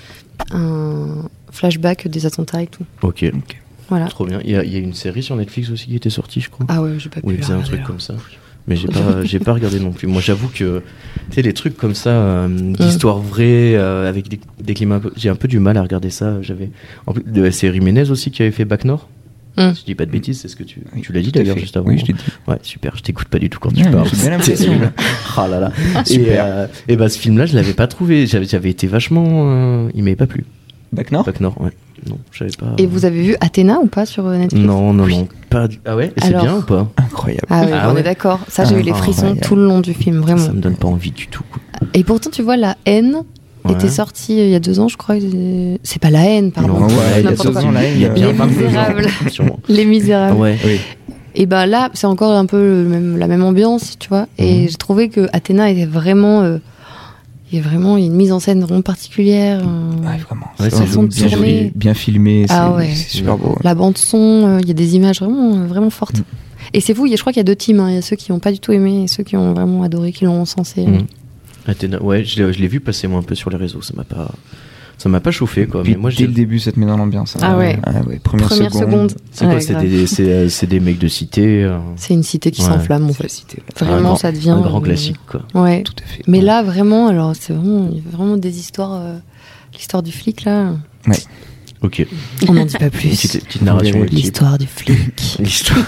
un flashback des attentats et tout. Ok, Voilà. trop bien. Il y, a, il y a une série sur Netflix aussi qui était sortie, je crois. Ah ouais, j'ai pas Où pu il la faisait un regarder, truc là. comme ça. Mais j'ai pas, j'ai pas regardé non plus. Moi, j'avoue que, tu sais, les trucs comme ça, euh, d'histoire vraie, euh, avec des, des climats un peu, j'ai un peu du mal à regarder ça. J'avais, en plus, de- c'est Jiménez aussi qui avait fait Bac Nord. Mm. Si je dis pas de bêtises, c'est ce que tu, Oui, tu l'as dit tout à d'ailleurs fait. juste avant. Oui, je l'ai dit. Ouais, super. Je t'écoute pas du tout quand tu Ouais, parles. j'ai bien C'est l'impression. terrible. Ah là là. Et, Super. euh, et bah, ce film-là, je l'avais pas trouvé. J'avais, j'avais été vachement, euh, il m'avait pas plu. Bac Nord Bac Nord, ouais. Non, j'avais pas. Et vous avez vu Athéna ou pas sur euh, Netflix? Non, non, non. Pas du... Ah ouais? Et c'est Alors. bien ou pas? Incroyable. Ah oui, Ah on ouais. est d'accord. Ça, j'ai Ah, eu les frissons incroyable. tout le long du film, vraiment. Ça me donne pas envie du tout. quoi. Et pourtant, tu vois, La Haine Ouais. était sortie euh, il y a deux ans, je crois. et- C'est pas La Haine, pardon. Non, ouais, il y a N'importe deux quoi. ans, là, Il y a euh, bien Les vingt-deux ans. Misérables. Attention. Les Misérables. Ouais. Oui. Et bah là, c'est encore un peu le même- la même ambiance, tu vois. Et Mhm. j'ai trouvé que Athéna était vraiment, euh, il y a vraiment une mise en scène vraiment particulière. euh, Ouais, vraiment. Ouais, C'est c'est vraiment façon de bien tourner. joué, bien filmé. Ah c'est, ouais. c'est super beau. La bande son, euh, il y a des images vraiment, euh, vraiment fortes. Mhm. Et c'est fou, il y a- je crois qu'il y a deux teams. hein. Il y a ceux qui n'ont pas du tout aimé et ceux qui ont vraiment adoré, qui l'ont encensé. Mhm. Athéna, ouais, je l'ai, je l'ai vu passer moi un peu sur les réseaux. Ça m'a pas, ça m'a pas chauffé quoi. Puis Mais moi, dès j'ai... le début, ça te met dans l'ambiance. hein. Ah ouais. Première, Première seconde. seconde. C'est quoi? Ouais, c'est, grave. des, c'est, euh, c'est des mecs de cité. euh, C'est une cité qui Ouais. s'enflamme, en C'est la fait. cité. Vraiment, un grand- ça devient. un grand euh, classique quoi. Ouais. Tout à fait. Mais Ouais. là, vraiment, alors, c'est vraiment, il y a vraiment des histoires. euh, L'histoire du flic, là, Ok. on n'en dit pas Une plus. petite, petite narration. Oui, ultime. L'histoire du flic. L'histoire.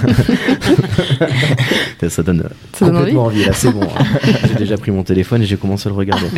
ça donne euh, Ça donne complètement envie. Là, c'est bon. hein. J'ai déjà pris mon téléphone et j'ai commencé à le regarder.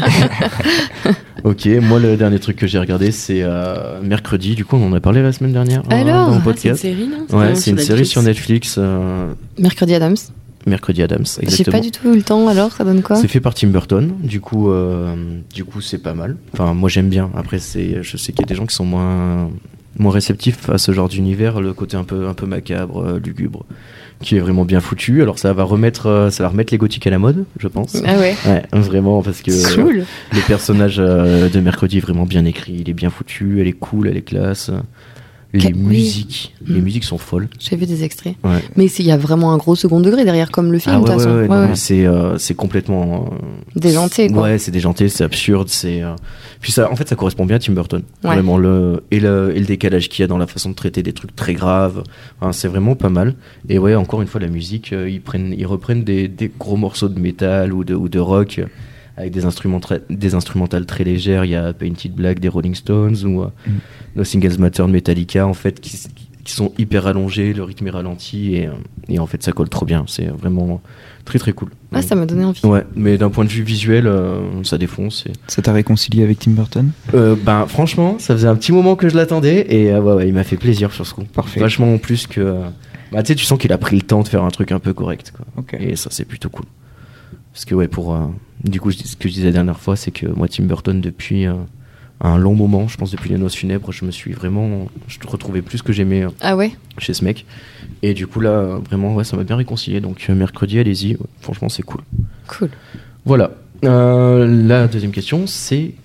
Ok, moi le dernier truc que j'ai regardé c'est euh, mercredi. Du coup, on en a parlé la semaine dernière euh, Alors dans le Ah, c'est une podcast. série, non Ouais, C'était c'est une sur série Netflix. sur Netflix. euh, Mercredi Adams. Mercredi Adams. J'ai Exactement. pas du tout eu le temps, alors, ça donne quoi? C'est fait par Tim Burton, du coup, euh, du coup, c'est pas mal. Enfin, moi j'aime bien. Après, c'est, je sais qu'il y a des gens qui sont moins, moins réceptifs à ce genre d'univers, le côté un peu, un peu macabre, euh, lugubre, qui est vraiment bien foutu. Alors ça va remettre, euh, ça va remettre les gothiques à la mode, je pense. Ah ouais. Ouais, vraiment, parce que euh, Cool. le personnage euh, de Mercredi est vraiment bien écrit, il est bien foutu, elle est cool, elle est classe. Les Ca- oui. musiques, les Mm. musiques sont folles. J'ai vu des extraits. Ouais. Mais c'est- il y a vraiment un gros second degré derrière, comme le film, Ah de ouais, toute ouais, façon. ouais, Ouais, non, ouais. mais c'est, euh, c'est complètement euh, Déjanté, quoi. Ouais, c'est déjanté, c'est absurde, c'est. euh, Puis ça, en fait, ça correspond bien à Tim Burton. Ouais. Vraiment le et le et le décalage qu'il y a dans la façon de traiter des trucs très graves. Hein, c'est vraiment pas mal. Et ouais, encore une fois, la musique, euh, ils prennent, ils reprennent des, des gros morceaux de métal ou de ou de rock. euh, Avec des, instruments très- des instrumentales très légères, il y a Painted Black des Rolling Stones ou euh, Mm. Nothing Else Matter de Metallica, en fait, qui, qui sont hyper allongés, le rythme est ralenti et, euh, et en fait ça colle trop bien. C'est vraiment très très cool. Ah, ça m'a donné envie. Ouais, mais d'un point de vue visuel, euh, ça défonce. Et... Ça t'a réconcilié avec Tim Burton? Euh, ben franchement, ça faisait un petit moment que je l'attendais et euh, ouais, ouais, il m'a fait plaisir sur ce coup. Parfait. Vachement en plus que. euh, Bah tu sais, tu sens qu'il a pris le temps de faire un truc un peu correct, quoi. Ok. Et ça c'est plutôt cool. Parce que ouais, pour euh, du coup, je dis- ce que je disais la dernière fois, c'est que moi Tim Burton depuis euh, un long moment, je pense depuis les Noces funèbres, je me suis vraiment, je retrouvais plus ce que j'aimais euh, Ah ouais. chez ce mec. Et du coup là, euh, vraiment, ouais, ça m'a bien réconcilié. Donc euh, mercredi, allez-y. Ouais, franchement, c'est cool. Cool. Voilà. Euh, la deuxième question, c'est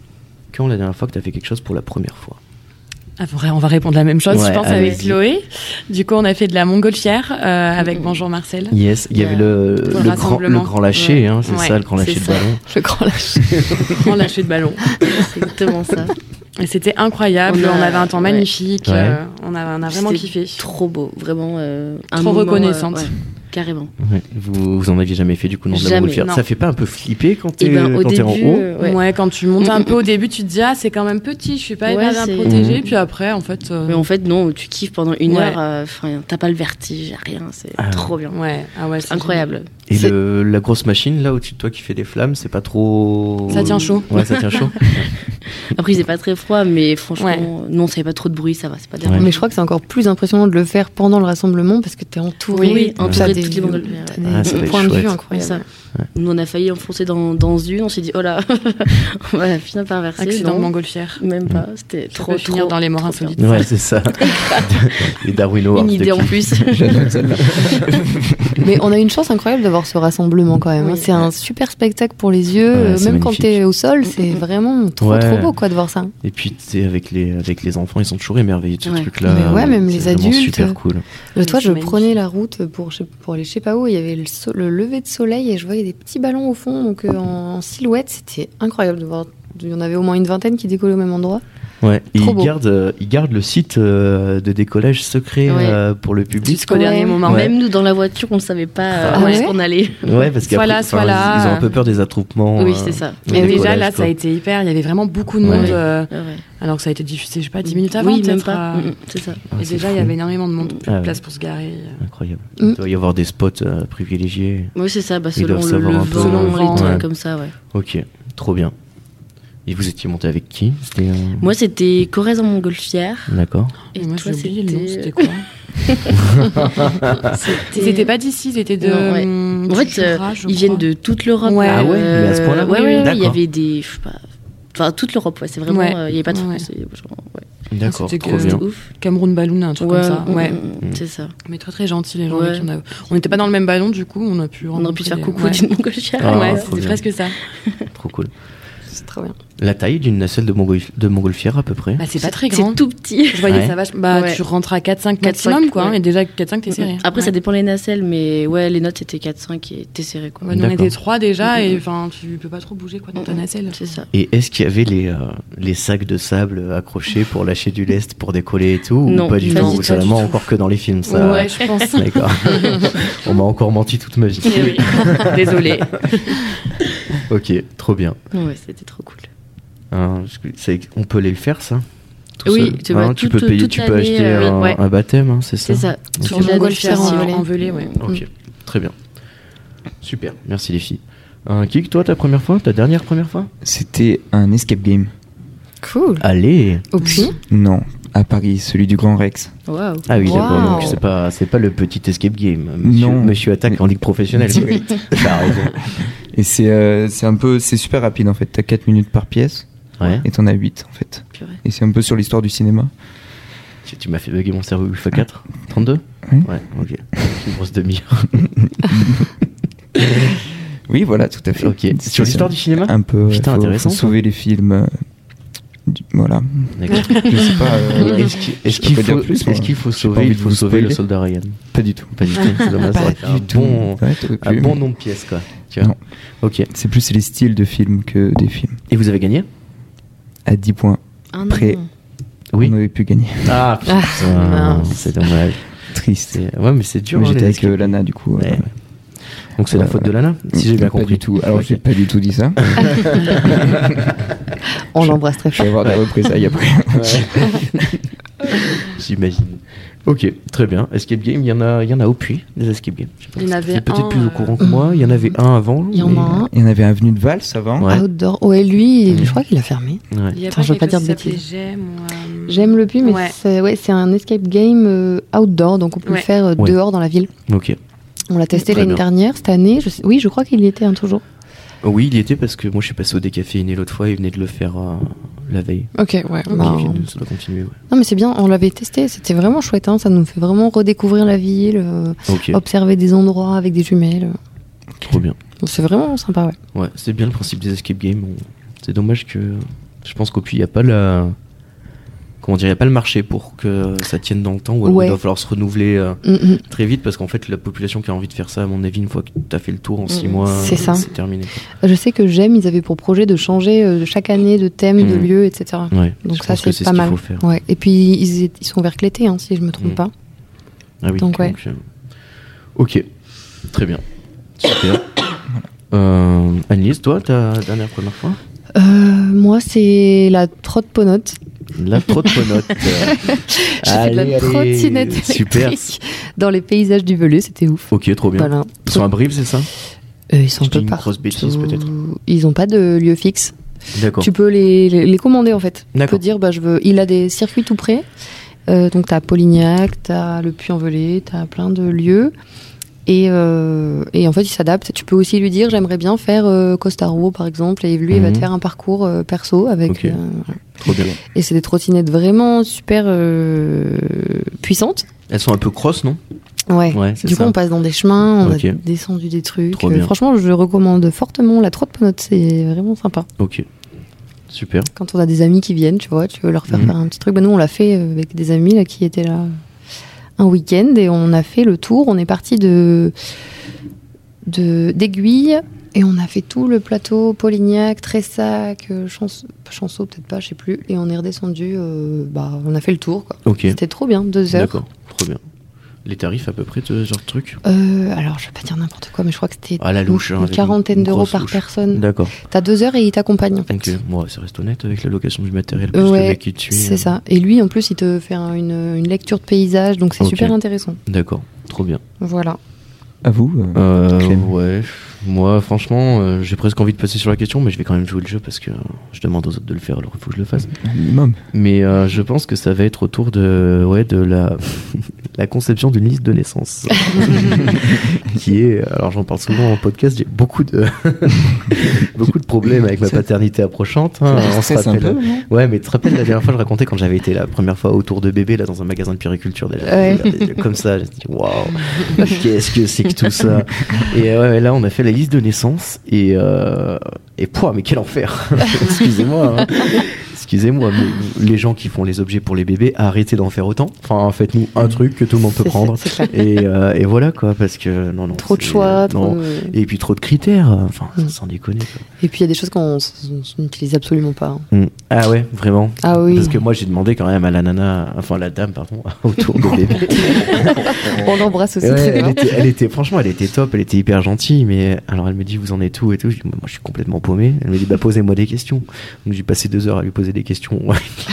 quand la dernière fois que tu as fait quelque chose pour la première fois? Ah, vrai, on va répondre la même chose, Ouais, je pense, allez-y. avec Chloé. Du coup, on a fait de la montgolfière euh, avec Bonjour Marcel. Yes, il y avait le, Pour le le, grand, le rassemblement. grand lâcher, Ouais. hein, c'est Ouais, ça, le grand c'est lâcher de ça. ballon. Le grand lâche. On lâchait de ballon. C'est exactement ça. Et c'était incroyable, On on, a- avait un temps ouais. magnifique, Ouais. euh, on, a, on a vraiment C'était kiffé. Trop beau, vraiment. euh, un Trop moment, reconnaissante. euh, ouais, carrément. Ouais. Vous, vous en aviez jamais fait du coup, non, de la Jamais, montgolfière? non. Ça fait pas un peu flipper quand Et t'es ben au quand t'es début, en haut? euh, ouais. Ouais. Quand tu montes un peu au début, tu te dis, ah, c'est quand même petit, je suis pas Ouais, hyper bien c'est- protégée. Mhm. Puis après, en fait. euh, Mais en fait, non, tu kiffes pendant une Ouais. heure. euh, Enfin, t'as pas le vertige, rien. C'est Ah. trop bien. Ouais, ah ouais, C'est incroyable. Et C'est- le, la grosse machine là au-dessus de toi qui fait des flammes, c'est pas trop. Ça tient chaud. Ouais, ça tient chaud. Après, il faisait pas très froid, mais franchement, Ouais. non, ça fait pas trop de bruit, ça va, c'est pas Ouais. dérangeant. Mais je crois que c'est encore plus impressionnant de le faire pendant le rassemblement parce que t'es entouré. Oui, oui, t'as entouré de des- toutes les montgolfières, t'as ouais. des Ah, ça doit être points de vue chouette. C'est incroyables. ça. Nous, on a failli enfoncer dans, dans une, on s'est dit, oh là, on va finir par verser. Accident Non, de montgolfière. même pas, c'était Ça trop, peut finir trop. dans les morts trop insolites. bien. Ouais, c'est ça. Les Darwin Awards. Une de idée en qui- plus. J'adore celle-là. Mais on a une chance incroyable d'avoir ce rassemblement quand même. Oui. hein. C'est un super spectacle pour les yeux. Ouais, euh, c'est même quand magnifique. t'es au sol, c'est vraiment trop Ouais. trop beau quoi de voir ça. Et puis, tu sais, avec les, avec les enfants, ils sont toujours émerveillés de ce Ouais. truc-là. Mais ouais, même C'est les vraiment adultes. super cool. Le toi, c'est je magnifique. prenais la route pour, je sais- pour aller je sais pas où. Il y avait le, so- le lever de soleil et je voyais des petits ballons au fond, donc euh, en, en silhouette. C'était incroyable de voir. Il y en avait au moins une vingtaine qui décollaient au même endroit. Ouais. Et Trop ils beau. gardent, euh, ils gardent le site euh, de décollage secret Ouais. euh, pour le public. Jusqu'au dernier Ouais. moment. Ouais. Même nous, dans la voiture, on ne savait pas euh, Ah où est-ce ouais qu'on allait. Ouais, parce Soit qu'après, là, enfin, soit là. ils, ils ont un peu peur des attroupements. Oui, euh, c'est ça. au Et déjà, décollage, là, quoi. ça a été hyper. Il y avait vraiment beaucoup de Ouais. monde. euh, Ouais, ouais. alors que ça a été diffusé, je sais pas, dix minutes avant. Oui, même peut-être, pas. euh, Mm, mm, c'est ça. Ah, Et c'est déjà, fou. il y avait énormément de monde. Plus Ah de ouais. place pour se garer. euh. Incroyable. Mm. Il doit y avoir des spots euh, privilégiés. Oui, c'est ça. Bah, Ils selon doivent le, savoir le un peu. vent, Selon le les vent, trucs ouais. comme ça, ouais. Ok, trop bien. Et vous étiez monté avec qui? C'était euh, Moi, c'était Corrèze en montgolfière. D'accord. Et Moi, toi, j'ai oublié le nom, c'était... c'était quoi Ils étaient pas d'ici, ils étaient de. Non, ouais. hum, En fait, du euh, Jura, je ils crois. viennent de toute l'Europe. Ouais. Ah ouais, mais à ce point-là, ouais, oui, ouais, oui, ouais, il y d'accord. avait des... Je sais pas... Enfin, toute l'Europe, ouais. C'est vraiment... Ouais. euh, Il n'y avait pas de Ouais. Français. Genre, ouais. D'accord, c'était trop que- bien. C'était ouf. Cameroun Balloon, un truc Ouais, comme ça. mm, Ouais. mm, mm, c'est ça. Mais très très gentils les gens. Ouais. avec qui on a- On n'était pas dans le même ballon, du coup, on a pu. On aurait pu se faire rencontrer coucou des- d'une montgolfière. Ah, Ouais, trop c'était bien. presque ça. Trop cool. C'est trop bien. La taille d'une nacelle de, montgolf- de montgolfière à peu près? Bah, c'est pas très C'est grand. tout petit. Je voyais Ouais. ça vache. Bah, Ouais. tu rentres à quatre cinq quatre, maximum, cinq, quoi. ouais. Et déjà, quatre cinq, t'es serré. Après, ça Ouais. dépend les nacelles, mais ouais, les notes c'était quatre cinq et t'es serré, quoi. Ouais, nous, on D'accord. était trois déjà, Mhm. et enfin, tu peux pas trop bouger, quoi, dans ta nacelle. C'est ça. Et est-ce qu'il y avait les, euh, les sacs de sable accrochés pour lâcher du lest pour décoller et tout? Non, ou pas du pas tout? du C'est tout. vraiment encore que dans les films, ça. Ouais, je pense. D'accord. On m'a encore menti toute ma vie. Eh oui. Désolée. Ok, trop bien. Ouais, c'était trop cool. Hein, parce que c'est- on peut les faire, ça? Tout Oui, seul tu vas Hein, tu peux toute- payer, toute tu peux l'année, acheter euh, un, ouais. un baptême, hein, c'est ça? C'est ça. Ok. Sur la montgolfière en en en velay, ouais. Ok, très bien. Super, merci les filles. Un Kik, toi, ta première fois? Ta dernière première fois? C'était un escape game. Cool. Allez! Au puits. Non, à Paris, celui du Grand Rex. Waouh. Ah oui, Wow. d'accord, donc c'est pas, c'est pas le petit escape game. Monsieur, Non. Monsieur attaque en ligue professionnelle. T'as raison. Et c'est euh, c'est un peu, c'est super rapide en fait. T'as quatre minutes par pièce Ouais. et t'en as huit en fait. Purée. Et c'est un peu sur l'histoire du cinéma. Tu, tu m'as fait bugger mon cerveau. UEFA quatre? trente-deux? Oui. Ouais, ok. Une grosse demi-heure. Oui, voilà, tout à fait. Ok. C'est Sur l'histoire du cinéma? Un peu. ouais, Putain, faut, intéressant, faut ça. sauver les films. euh, du- voilà. D'accord. Je sais pas. euh, Est-ce qu'il est-ce je peux qu'il pas faut, dire plus, moi. est-ce qu'il faut J'ai pas sauver, envie il de faut vous sauver le spoiler. soldat Ryan? Pas du tout. Pas du tout. C'est dommage. ça aurait été un du tout. bon, Ouais, t'aurais un pu. bon nom de pièce, quoi. Tu vois. Non. Ok. C'est plus les styles de films que des films. Et vous avez gagné? À dix points, Ah non. Prêt. Oui. on aurait pu gagner. Ah, putain, mince. c'est dommage. Triste. C'est- Ouais, mais c'est dur. Mais hein, j'étais les avec escape euh, Lana du coup. Ouais. euh, Donc c'est la Euh, faute de Lana, si j'ai bien pas compris. du tout. Alors Ok. j'ai pas du tout dit ça. On l'embrasse très Je vais fort. avoir des représailles après. J'imagine. Ok, très bien. Escape game, il y en a, il y en a au puits, des escape games. Je sais pas. Il y en avait T'es peut-être un, plus au euh, courant que moi. Il y en avait un avant. Il y en mais- a un. Il y en avait un venu de Vals avant. Ouais. Outdoor. Ouais, lui, Mm. je crois qu'il a fermé. Ouais. Il y a Attends, pas je veux pas quelque dire de chose qui bêtises. s'appelait J'aime ou, euh, J'aime le puits, mais Ouais. c'est ouais, c'est un escape game euh, outdoor, donc on peut Ouais. le faire euh, Ouais. dehors dans la ville. Ok. On l'a testé Très l'année bien. dernière, cette année. Je sais- Oui, je crois qu'il y était un toujours. Oui, il y était parce que moi je suis passé au décaféiné l'autre fois et il venait de le faire euh, la veille. Ok, ouais. Ok. bah, Donc, ça doit continuer. Ouais. Non, mais c'est bien, on l'avait testé, c'était vraiment chouette. Hein, ça nous fait vraiment redécouvrir la ville, euh, Ok, observer des endroits avec des jumelles. trop bien. Donc, c'est vraiment sympa, ouais. Ouais, c'est bien le principe des escape games. On- C'est dommage que Je pense qu'au Puy, il n'y a pas la... Comment dire, il n'y a pas le marché pour que ça tienne dans le temps, ou alors Ouais. il doit falloir se renouveler euh, Mm, mm. très vite, parce qu'en fait, la population qui a envie de faire ça, à mon avis, une fois que tu as fait le tour en six Mm, mois, c'est ça. c'est terminé. quoi. Je sais que j'aime, ils avaient pour projet de changer euh, chaque année de thème, de Mm. lieu, et cetera. Ouais, Donc je ça, pense que c'est ce pas mal. qu'il faut faire. Ouais. Et puis, ils, ils sont vers l'été, hein, si je me trompe Mm. pas. Ah oui, Donc, ouais. euh, ok, très bien. Super. euh, Agnès, toi, ta dernière première fois Euh, moi, c'est la trotte-ponote. La trottonote. J'ai fait de la trottinette Super. électrique dans les paysages du Velay, c'était ouf. Ok, trop bien. Voilà. Ils sont à Brive, c'est ça Euh, ils sont Je un peu dis une partout. grosse bêtise, peut-être. Ils n'ont pas de lieu fixe. D'accord. Tu peux les, les, les commander en fait. Tu D'accord. peux dire, bah, je veux. Il a des circuits tout près. Euh, donc tu as Polignac, tu as le Puy-en-Velay, tu as plein de lieux. Et, euh, et en fait, il s'adapte. Tu peux aussi lui dire, j'aimerais bien faire euh, Costaro par exemple. Et lui, il va Mhm. te faire un parcours euh, perso avec. Ok. euh, voilà. Trop bien. Et c'est des trottinettes vraiment super euh, puissantes. Elles sont un peu cross, non Ouais. Ouais, c'est Du coup, ça. on passe dans des chemins, on Ok. a descendu des trucs. Trop Euh, bien. franchement, je recommande fortement la trotte-ponote. C'est vraiment sympa. Ok. Super. Quand on a des amis qui viennent, tu vois, tu veux leur faire Mhm. faire un petit truc. Ben, nous, on l'a fait euh, avec des amis là, qui étaient là un week-end et on a fait le tour. On est parti de de- d'Aiguille et on a fait tout le plateau, Polignac, Tressac, euh, Chanceau, Chanceau peut-être pas, je sais plus. Et on est redescendu, euh, bah, on a fait le tour. Quoi. Ok. C'était trop bien, deux heures. D'accord. Trop bien. Les tarifs à peu près de ce genre de truc Euh, alors, je vais pas dire n'importe quoi, mais je crois que c'était Ah, la louche, hein, une avec quarantaine une d'euros grosse par louche. personne. D'accord. T'as deux heures et il t'accompagne en fait. Ok. Bon, ça reste honnête avec la location du matériel plus Ouais, le mec qui te suit. c'est euh. ça. Et lui, en plus, il te fait un- une, une lecture de paysage, donc c'est Ok. super intéressant. D'accord. Trop bien. Voilà. À vous euh, Euh, Clem. ouais. Moi, franchement, euh, j'ai presque envie de passer sur la question, mais je vais quand même jouer le jeu parce que euh, je demande aux autres de le faire, alors il faut que je le fasse. un minimum. Mais euh, je pense que ça va être autour de, ouais, de la, la conception d'une liste de naissance. qui est, alors j'en parle souvent en podcast, j'ai beaucoup de, beaucoup de problèmes avec ma Ça- paternité approchante. hein. Ça On se stresse un rappelle. peu, non Ouais, mais tu te rappelles la dernière fois, je racontais quand j'avais été la première fois autour de bébé là dans un magasin de périculture déjà. Ouais. Comme ça, j'ai dit waouh, qu'est-ce que c'est que tout ça. Et ouais, là, on a fait la liste de naissance et euh, et pouah, mais quel enfer. Excusez-moi. hein. Excusez-moi, mais les gens qui font les objets pour les bébés, arrêtez d'en faire autant. Enfin, faites-nous un truc que tout le monde peut C'est- prendre. c'est clair. Et, euh, et voilà quoi, parce que non, non. Trop de c'est- choix. non. trop de- Et puis trop de critères. Enfin, Mm. sans déconner. Quoi. Et puis il y a des choses qu'on s- on n'utilise absolument pas. hein. Mm. Ah ouais, vraiment. Ah oui. Parce que moi, j'ai demandé quand même à la nana, enfin la dame, pardon, autour de bébé. On l'embrasse aussi Ouais, très elle, bien. était, elle était, franchement, elle était top, elle était hyper gentille, mais alors elle me dit, vous en êtes où et tout. Je dis, moi, je suis complètement paumé. Elle me dit, bah, posez-moi des questions. Donc, j'ai passé deux heures à lui poser des questions.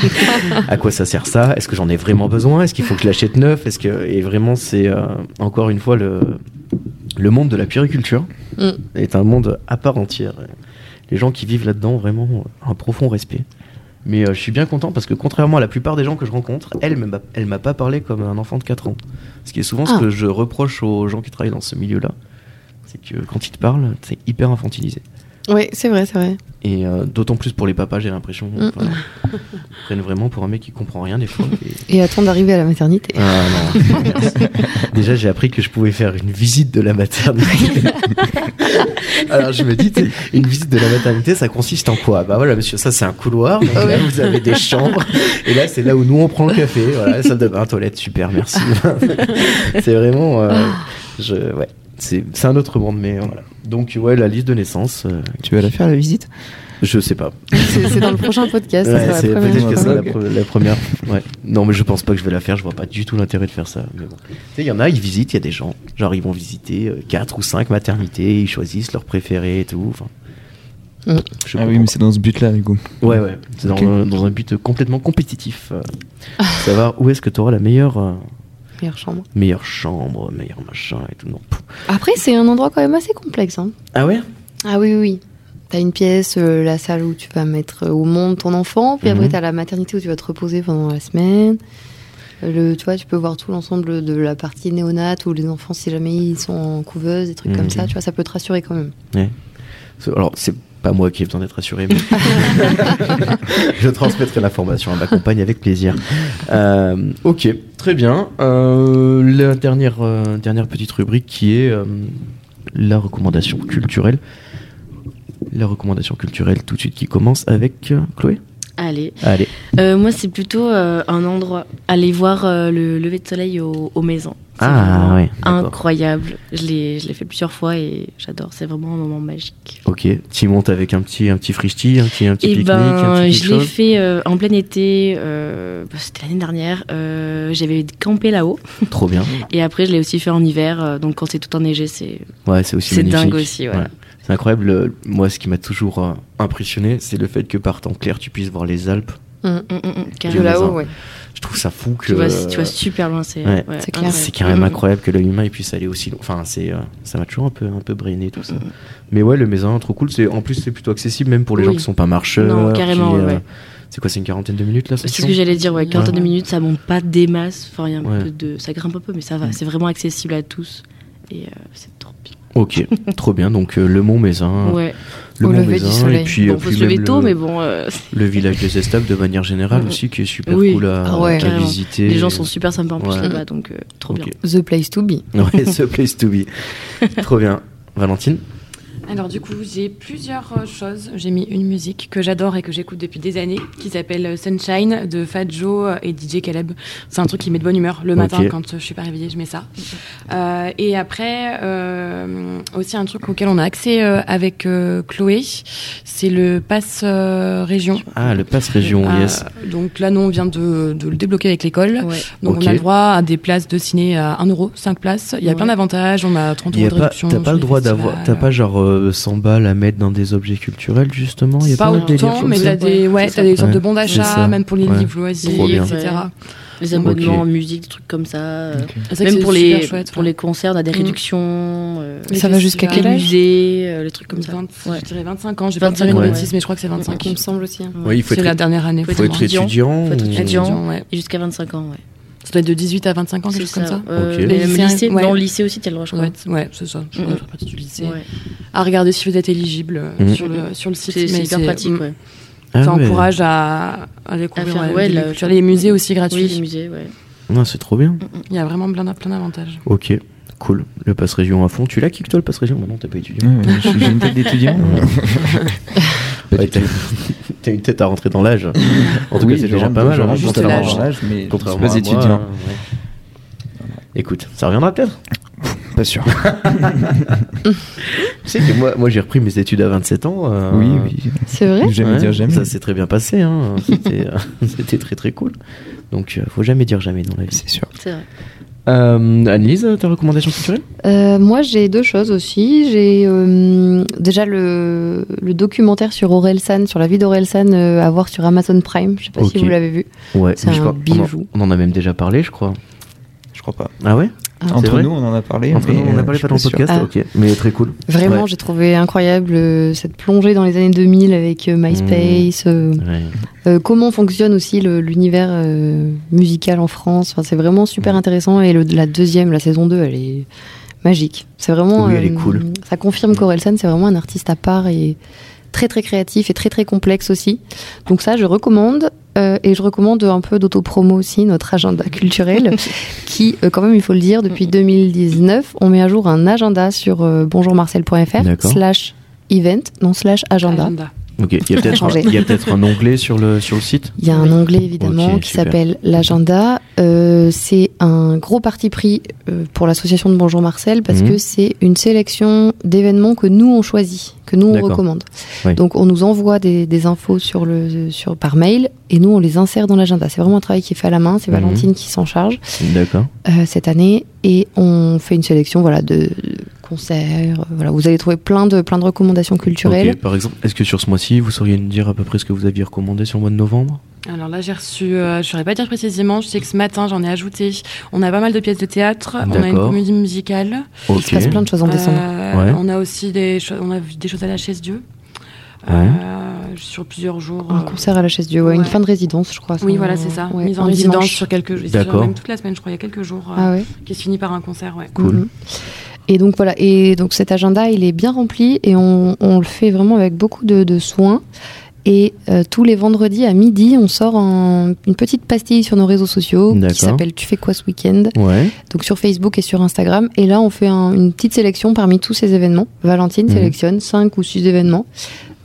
À quoi ça sert ça? Est-ce que j'en ai vraiment besoin? Est-ce qu'il faut que je l'achète neuf? Est-ce que, et vraiment, c'est, euh, encore une fois, le, le monde de la puériculture Mm. est un monde à part entière. Les gens qui vivent là-dedans, vraiment, un profond respect. Mais euh, je suis bien content parce que contrairement à la plupart des gens que je rencontre, elle ne m'a, elle m'a pas parlé comme un enfant de quatre ans. Ce qui est souvent Ah. ce que je reproche aux gens qui travaillent dans ce milieu-là. C'est que quand ils te parlent, c'est hyper infantilisé. Oui, c'est vrai, c'est vrai. Et euh, d'autant plus pour les papas, j'ai l'impression. Mm. Enfin, ils prennent vraiment pour un mec qui comprend rien des fois. Et... Et attends d'arriver à la maternité. Ah non, merci. Déjà, j'ai appris que je pouvais faire une visite de la maternité. Alors, je me dis, t'sais, une visite de la maternité, ça consiste en quoi? Bah voilà, monsieur, ça c'est un couloir. Donc là, vous avez des chambres. Et là, c'est là où nous on prend le café. Voilà, salle de bain, toilette, super, merci. C'est vraiment, euh, je, ouais, c'est, c'est un autre monde, mais voilà. Donc ouais, la liste de naissance. euh, Tu vas la faire la visite? Je sais pas. C'est c'est dans le prochain podcast. Ouais, ça sera c'est la première peut-être que fois. c'est la, Ok. pre- la première. Ouais. Non, mais je pense pas que je vais la faire. Je vois pas du tout l'intérêt de faire ça. Mais bon. Tu sais, il y en a, ils visitent. Il y a des gens, genre ils vont visiter quatre ou cinq maternités. Ils choisissent leur préféré et tout. Enfin. Mm. je Ah oui, comprends mais c'est dans ce but-là, Hugo. pas. Ouais, ouais. C'est dans, Ok. un- dans un but complètement compétitif. euh, savoir où est-ce que tu auras la meilleure, euh, Meilleure chambre. meilleure chambre, meilleur machin et tout. Non. Pff. Après, c'est un endroit quand même assez complexe. hein. Ah ouais. Ah oui, oui, oui. T'as une pièce, euh, la salle où tu vas mettre au monde ton enfant, puis après Mhm. t'as la maternité où tu vas te reposer pendant la semaine. Euh, Le, tu vois, tu peux voir tout l'ensemble de la partie néonate où les enfants, si jamais ils sont en couveuse, des trucs Mhm. comme ça, tu vois, ça peut te rassurer quand même. C'est- Alors, c'est pas moi qui ai besoin d'être assuré, mais je transmettrai l'information à ma compagne avec plaisir. Euh, ok, très bien. Euh, la dernière, euh, dernière petite rubrique qui est euh, la recommandation culturelle. La recommandation culturelle tout de suite qui commence avec euh, Chloé. Allez. Allez. Euh, moi, c'est plutôt euh, un endroit. Aller voir euh, le lever de soleil au, aux maisons. C'est Ah, vraiment ouais, d'accord. incroyable. Je l'ai, je l'ai fait plusieurs fois et j'adore. C'est vraiment un moment magique. Ok, tu y montes avec un petit, un petit frichti, un petit, un petit Et pique-nique, ben, un petit je quelque l'ai chose. fait euh, en plein été. Euh, bah, c'était l'année dernière. Euh, j'avais campé là-haut. Trop bien. Et après, je l'ai aussi fait en hiver. euh, donc, quand c'est tout enneigé, c'est, Ouais, c'est aussi c'est magnifique. dingue aussi. Voilà. Ouais. C'est incroyable. Le- Moi, ce qui m'a toujours euh, impressionné, c'est le fait que par temps clair, tu puisses voir les Alpes. Mmh. Mm, mm, mm, De carrément. là-haut, ouais. Je trouve ça fou que. Tu vois, tu vois super loin. C'est, Ouais. C'est clair. C'est quand même Mm. incroyable que l'œil humain il puisse aller aussi loin. Enfin, c'est, euh, ça m'a toujours un peu, un peu brainé tout ça. Mm. Mais ouais, le Mézin, trop cool. C'est, en plus, c'est plutôt accessible même pour les Oui. gens qui sont pas marcheurs. Non, carrément, qui, euh, ouais. C'est quoi, c'est une quarantaine de minutes là C'est ce que j'allais dire, ouais, quarantaine de minutes, ça monte pas des masses, enfin, il y a un Ouais. peu de, ça grimpe un peu, mais ça va, Mm. c'est vraiment accessible à tous, et euh, c'est trop bien. Ok, trop bien. Donc euh, le Mont Mézin, Ouais, le Au Mont lever du Mézin, soleil. et puis, bon, euh, faut puis se lever même tôt, le, mais bon, euh, le village des Estables de manière générale Mm. aussi, qui est super Oui. cool à, Ah ouais, à carrément. visiter. les gens sont super sympas en plus Ouais. là-bas, donc euh, trop Ok. bien. The place to be. Ouais, the place to be. Trop bien. Valentine. Alors du coup, j'ai plusieurs euh, choses. J'ai mis une musique que j'adore et que j'écoute depuis des années, qui s'appelle euh, Sunshine de Fat Joe et D J Caleb. C'est un truc qui met de bonne humeur le matin Ok. quand euh, je suis pas réveillée, je mets ça. Euh, et après, euh, aussi un truc auquel on a accès euh, avec euh, Chloé, c'est le pass euh, région. Ah, le pass région, Euh, yes. Donc là, nous, on vient de, de le débloquer avec l'école. Ouais. Donc Ok. on a le droit à des places de ciné à un euro, cinq places. Il y a Ouais. plein d'avantages, on a trente Il y euros a de pas, réduction. t'as pas sur le les droit d'avoir, festivals. t'as pas genre euh, cent balles à mettre dans des objets culturels justement. Il y a Pas pas, un délire autant, comme mais ça t'as des, ouais, C'est t'as ça. des sortes Ouais, de bons c'est d'achat, ça. même pour les Ouais. livres loisirs, Trop bien. et cetera. Les abonnements Ok. en musique, des trucs comme ça. euh, C'est vrai que Même c'est pour super les, chouette, pour ouais. les concerts, on a des Mm. réductions. euh, Les Ça va jusqu'à festivals. quel les âge musées, euh, les trucs comme ça. vingt, Ouais. Je dirais vingt-cinq ans, j'ai pas vingt-cinq, dire une ouais. bêtise, mais je crois que c'est vingt-cinq. Il me semble aussi. hein. Oui, il faut C'est être, la dernière année. faut faut être étudiant. étudiant. Faut être ou- étudiant. ouais. Et jusqu'à vingt-cinq ans, ouais. Ça doit être de dix-huit à vingt-cinq ans, quelque chose C'est comme ça. Euh, Ok. mais Les même lycéens, lycée, ouais. non, le lycée aussi, t'as le droit, je crois. Ouais, ouais, c'est ça. Je Mhm. crois que c'est partie du lycée. Ouais. À regarder si vous êtes éligible euh, Mhm. sur, le, sur le site. C'est c'est mais hyper pratique, mm, ouais. Ah Ça ouais. encourage à, à découvrir À faire, ouais, ouais, des la- lieux culturels. Les musées aussi gratuits. Oui, les musées, ouais. Non, c'est trop bien. Il y a vraiment plein, plein d'avantages. Ok, cool. Le pass région à fond. Tu l'as kick toi le pass région? Bah non, t'as pas étudié. Ouais, j'ai j'ai une tête d'étudiant. Ouais, t'as, t'as une tête à rentrer dans l'âge. En tout Oui, cas, c'est je déjà rentre- pas mal. je hein, rentre juste à avant l'âge. mon âge, mais je Contrairement suis pas à étudiant. moi, ouais. Écoute, ça reviendra peut-être. Pas sûr. Tu sais que moi, moi j'ai repris mes études à vingt-sept ans. euh, Oui, oui. C'est vrai? Jamais ouais, dire jamais. Ça s'est très bien passé. Hein. C'était, euh, c'était très très cool. Donc, euh, faut jamais dire jamais dans la vie. C'est sûr. C'est vrai. Euh, Annelise, ta recommandation culturelle? Euh, moi, j'ai deux choses aussi. J'ai euh, déjà le, le documentaire sur Orelsan, sur la vie d'Orelsan, euh, à voir sur Amazon Prime. Je sais pas Ok. si vous l'avez vu. Ouais, C'est mais je un crois- on en- bijou. On en a même déjà parlé, je crois. Je crois pas. Ah ouais? Ah, c'est Entre vrai nous, on en a parlé. Entre mais, nous, on en a euh, parlé je suis pas dans le sûr. podcast. Ah. Ok, mais très cool. Vraiment, Ouais. j'ai trouvé incroyable euh, cette plongée dans les années deux mille avec euh, MySpace. euh, Ouais. euh, comment fonctionne aussi le- l'univers euh, musical en France. Enfin, c'est vraiment super intéressant. Et le, la deuxième, la saison deux, elle est magique. C'est vraiment. Oui, elle est cool. Ça confirme qu'Orelsan, c'est vraiment un artiste à part et très très créatif et très très complexe aussi. Donc ça, je recommande. Euh, et je recommande un peu d'autopromo aussi, notre agenda culturel, qui, euh, quand même, il faut le dire, depuis deux mille dix-neuf, on met à jour un agenda sur euh, bonjour marcel point f r D'accord. slash event, non slash agenda. Agenda. Ok, il y a peut-être un, Changé. il y a peut-être un onglet sur le, sur le site. Il y a un onglet évidemment Ok, qui super. s'appelle l'agenda. Euh, c'est un gros parti pris euh, pour l'association de Bonjour Marcel parce Mhm. que c'est une sélection d'événements que nous on choisit, que nous on D'accord. recommande. Oui. Donc on nous envoie des, des infos sur le, sur, par mail et nous on les insère dans l'agenda. C'est vraiment un travail qui est fait à la main. C'est Mhm. Valentine qui s'en charge D'accord. euh, cette année et on fait une sélection voilà, de, de concerts. euh, Voilà, vous allez trouver plein de, plein de recommandations culturelles. Ok, par exemple, est-ce que sur ce mois-ci, vous sauriez nous dire à peu près ce que vous aviez recommandé sur le mois de novembre? Alors là, j'ai reçu, euh, je ne saurais pas dire précisément, je sais que ce matin, j'en ai ajouté. On a pas mal de pièces de théâtre, on a une D'accord. comédie musicale. Il Ok. se passe plein de choses en décembre. Euh, Ouais. On a aussi des, cho- on a vu des choses à la Chaise Dieu. Ouais. Euh, sur plusieurs jours. Un euh, concert à la Chaise Dieu, ouais, une ouais. fin de résidence, je crois. Oui, ça, voilà, euh, c'est ça. ouais, Mise en un résidence dimanche. sur quelques jours. D'accord. Même toute la semaine, je crois, il y a quelques jours, euh, Ah ouais. qui se finit par un concert, ouais. Cool. Mhm. Et donc voilà, et donc cet agenda, il est bien rempli et on, on le fait vraiment avec beaucoup de, de soin. Et euh, tous les vendredis à midi, on sort un- une petite pastille sur nos réseaux sociaux D'accord. qui s'appelle Tu fais quoi ce week-end? Ouais. Donc sur Facebook et sur Instagram. Et là, on fait un- une petite sélection parmi tous ces événements. Valentine Mhm. sélectionne cinq ou six événements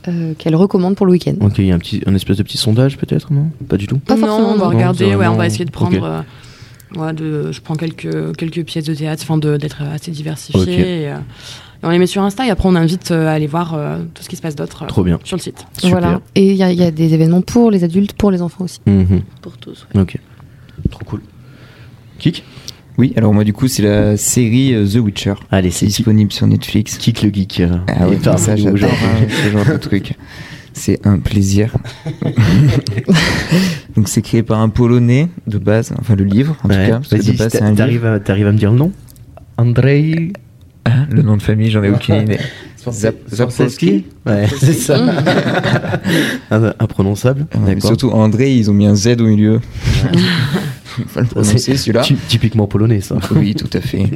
euh, qu'elle recommande pour le week-end. Ok, il y a un, petit, un espèce de petit sondage peut-être, non? Pas du tout? Pas non, forcément, on va non. regarder, Non, ouais, on non. va essayer de prendre. Ok. euh, ouais, de, je prends quelques, quelques pièces de théâtre, enfin de, d'être assez diversifié. Ok. Et, euh, et on les met sur Insta et après on invite euh, à aller voir euh, tout ce qui se passe d'autre euh, Trop bien. sur le site. Super. Voilà. Et il y, a- il y a des événements pour les adultes, pour les enfants aussi. Mhm. Pour tous. Ouais. Ok. Trop cool. Kik? Oui, alors moi du coup c'est la série euh, The Witcher. Allez, C'est c'est Kik, disponible sur Netflix. Kik le geek. euh, Ah ouais, est parmi ça nous j'adore aujourd'hui. hein, ce genre de truc. C'est un plaisir. Donc c'est créé par un Polonais de base, enfin le livre en Ouais. tout cas. Parce que Vas-y, de base, c'est t'a- un livre. t'arrives à, t'arrives à me dire le nom? Andrei Ah, le nom de famille, j'en ai aucune idée. Zap- Zapolski. Ouais, c'est ça. Un- Imprononçable. Ouais, mais D'accord. surtout André, ils ont mis un Z au milieu. Il faut le prononcer celui-là. Ty- Typiquement polonais, ça. Oui, tout à fait.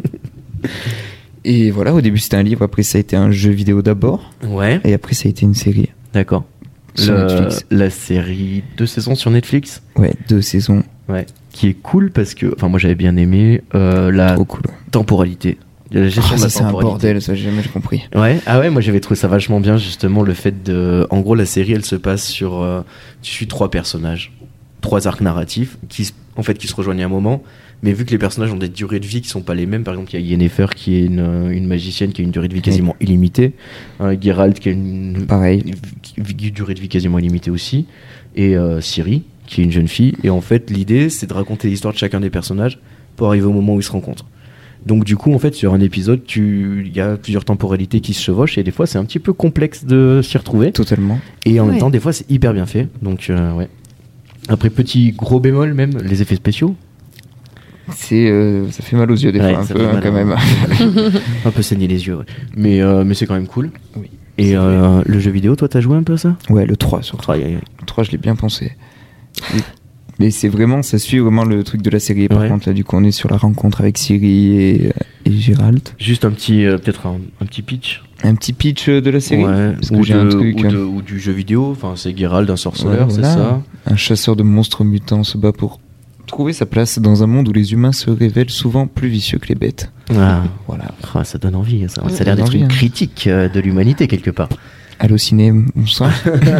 Et voilà, au début c'était un livre, après ça a été un jeu vidéo d'abord, Ouais, et après ça a été une série d'accord. sur Le- Netflix. La série, deux saisons sur Netflix. Ouais, deux saisons, Ouais. Qui est cool parce que, enfin, moi j'avais bien aimé euh, la trop cool. temporalité. La gestion Ah, de ça la c'est un temporalité. bordel, ça j'ai jamais compris. Ouais, ah ouais, moi j'avais trouvé ça vachement bien justement le fait de, en gros la série elle se passe sur, euh, tu suis trois personnages, trois arcs narratifs qui, se- en fait, qui se rejoignent à un moment, mais vu que les personnages ont des durées de vie qui sont pas les mêmes, par exemple il y a Yennefer qui est une, euh, une magicienne qui a une durée de vie quasiment illimitée, hein, Geralt qui a une, Pareil. une vi- durée de vie quasiment illimitée aussi, et euh, Ciri qui est une jeune fille, et en fait l'idée c'est de raconter l'histoire de chacun des personnages pour arriver au moment où ils se rencontrent. Donc du coup, en fait, sur un épisode, tu- il y a plusieurs temporalités qui se chevauchent et des fois, c'est un petit peu complexe de s'y retrouver. Totalement. Et en Ouais. même temps, des fois, c'est hyper bien fait. Donc euh, ouais. Après, petit gros bémol même, les effets spéciaux, C'est, euh, ça fait mal aux yeux des Ouais, fois, un ça peu fait hein, mal, quand hein. même. un peu saigner les yeux. Ouais. Mais euh, mais c'est quand même cool. Oui. Et euh, le jeu vidéo, toi, t'as joué un peu à ça? Ouais, le trois surtout. Aïe, aïe, aïe. Le trois, je l'ai bien pensé. Et- Mais c'est vraiment, ça suit vraiment le truc de la série. Par Ouais. contre, là, du coup, on est sur la rencontre avec Ciri et, et Geralt. Juste un petit, euh, peut-être un, un petit pitch. Un petit pitch de la série. Ouais. Parce que Ou, j'ai de- un truc. ou, de- ou du jeu vidéo. Enfin, c'est Geralt, un sorceleur, Ouais, c'est voilà. ça. Un chasseur de monstres mutants se bat pour trouver sa place dans un monde où les humains se révèlent souvent plus vicieux que les bêtes. Ah, Voilà. ah, ça donne envie. Ça, ça Ça a l'air donne d'être envie, une hein. critique euh, de l'humanité quelque part. Allociné, bonsoir.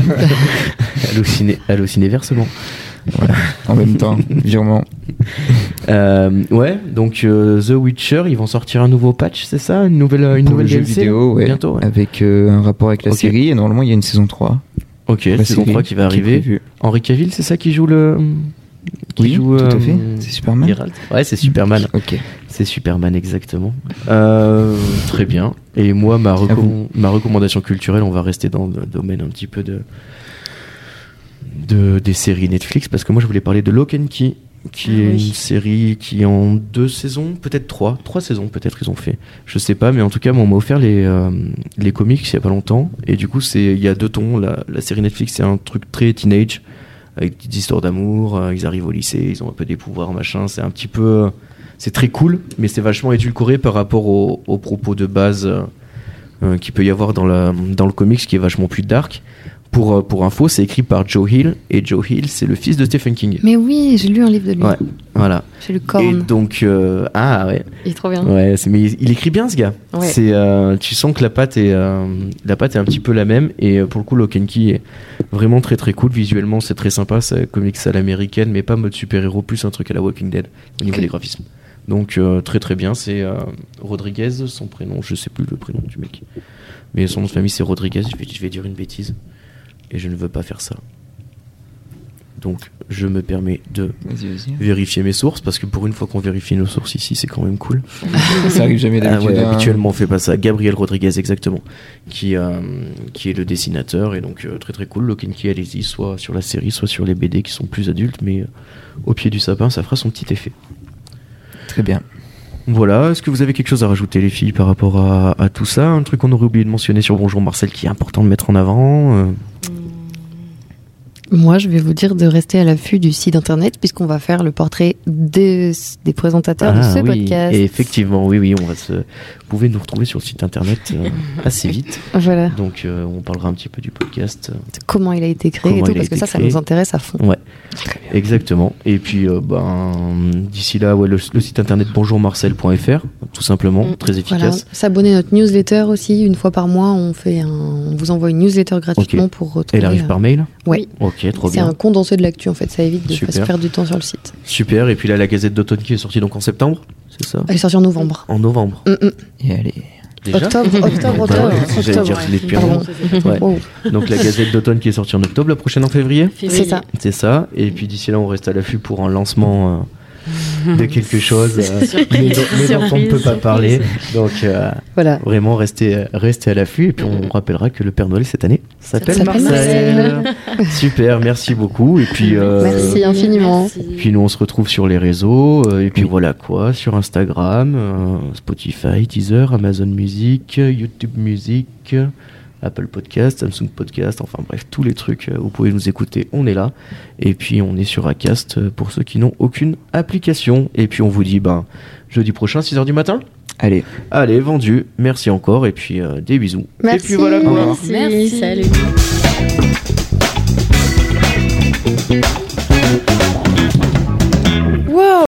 Halluciné, halluciné versement. En même temps, virement. Euh, ouais, donc euh, The Witcher, ils vont sortir un nouveau patch, c'est ça? Une nouvelle, une Pour nouvelle le jeu D L C, vidéo, ouais. bientôt, ouais. Avec euh, un rapport avec la Ok. série. Et normalement, il y a une saison trois. Ok, La saison série trois qui va est arriver. prévue. Henri Cavill, c'est ça qui joue le. Qui Oui, joue, tout à euh, fait. C'est Superman. Geralt. Ouais, c'est Superman. Ok. C'est Superman, exactement. Euh, très bien. Et moi, ma, reco- À vous. ma recommandation culturelle, on va rester dans le domaine un petit peu de, de des séries Netflix, parce que moi, je voulais parler de Lock and Key, qui Ah est oui. une série qui en deux saisons, peut-être trois, trois saisons peut-être ils ont fait. Je sais pas, mais en tout cas, moi, on m'a offert les euh, les comics il y a pas longtemps, et du coup, c'est il y a deux tons. La, la série Netflix, c'est un truc très teenage, avec des petites histoires d'amour. euh, ils arrivent au lycée, ils ont un peu des pouvoirs, machin. C'est un petit peu, c'est très cool, mais c'est vachement édulcoré par rapport aux, aux propos de base euh, euh, qu'il peut y avoir dans la dans le comics, qui est vachement plus dark. Pour, euh, pour info, c'est écrit par Joe Hill, et Joe Hill, c'est le fils de Stephen King. Mais oui, j'ai lu un livre de lui. Ouais, voilà. J'ai lu Et Korn. donc, euh, ah ouais, Il est trop bien. ouais, c'est- mais il, il écrit bien ce gars. Ouais. C'est, euh, tu sens que la patte est, euh, la patte est un petit peu la même, et euh, pour le coup, Lock and Key est vraiment très très cool. Visuellement, c'est très sympa, c'est un comics à l'américaine, mais pas mode super-héros, plus un truc à la Walking Dead au niveau Ok. des graphismes. Donc euh, très très bien. C'est euh, Rodriguez, son prénom, je sais plus le prénom du mec, mais son nom de famille c'est Rodriguez. Je vais, je vais dire une bêtise, et je ne veux pas faire ça. Donc je me permets de Vas-y, vas-y. vérifier mes sources, parce que pour une fois qu'on vérifie nos sources ici, c'est quand même cool. Ça arrive jamais Ah d'habitude. ouais, hein. habituellement on fait pas ça. Gabriel Rodriguez, exactement, qui, euh, qui est le dessinateur, et donc euh, très très cool. Lock and Key, allez-y, soit sur la série, soit sur les B D qui sont plus adultes, mais euh, au pied du sapin, ça fera son petit effet. Très bien. Voilà, est-ce que vous avez quelque chose à rajouter, les filles, par rapport à, à tout ça? Un truc qu'on aurait oublié de mentionner sur Bonjour Marcel qui est important de mettre en avant? euh, Moi, je vais vous dire de rester à l'affût du site internet puisqu'on va faire le portrait des, des présentateurs Ah, de ce oui. podcast. Et effectivement, oui, oui, on va se... vous pouvez nous retrouver sur le site internet euh, assez vite. Voilà. Donc, euh, on parlera un petit peu du podcast. Comment il a été créé Comment et tout, il a parce que été ça, ça créé. nous intéresse à fond. Ouais, exactement. Et puis, euh, ben, d'ici là, ouais, le, le site internet bonjour marcel point f r, tout simplement, Mm. très Voilà. efficace. S'abonner à notre newsletter aussi. Une fois par mois, on, fait un... on vous envoie une newsletter gratuitement Ok. pour retrouver. Elle arrive euh, par mail. Ouais. Ok, trop C'est bien. un condensé de l'actu en fait, ça évite de Super. pas se perdre du temps sur le site. Super. Et puis là, la Gazette d'automne qui est sortie donc en septembre, c'est ça? Elle est sortie en novembre. En novembre. Mm, mm. Et allez. Déjà. Octobre, octobre, Bah octobre. ouais, si j'allais dire, octobre. je l'ai depuis Pardon. avant. Ouais. Wow. Donc la Gazette d'automne qui est sortie en octobre, la prochaine en février. C'est ça. C'est ça. Et puis d'ici là, on reste à l'affût pour un lancement euh, de quelque chose. euh, Surprise. mais, dont- mais dont on ne peut pas Surprise. parler. Donc euh, Voilà. vraiment, restez, restez à l'affût. Et puis on rappellera que le Père Noël cette année s'appelle S'appelle Marcel. Super, merci beaucoup. Et puis, euh, Merci infiniment. Merci. puis nous, on se retrouve sur les réseaux. euh, Et puis voilà quoi, sur Instagram, euh, Spotify, Deezer, Amazon Music, YouTube Music, Apple Podcast, Samsung Podcast, enfin bref, tous les trucs, euh, vous pouvez nous écouter, on est là. Et puis on est sur Acast euh, pour ceux qui n'ont aucune application. Et puis on vous dit ben, jeudi prochain, six heures du matin. Allez. Allez, vendu, merci encore, et puis euh, des bisous. Merci. Et puis voilà quoi. Merci. Merci. Salut.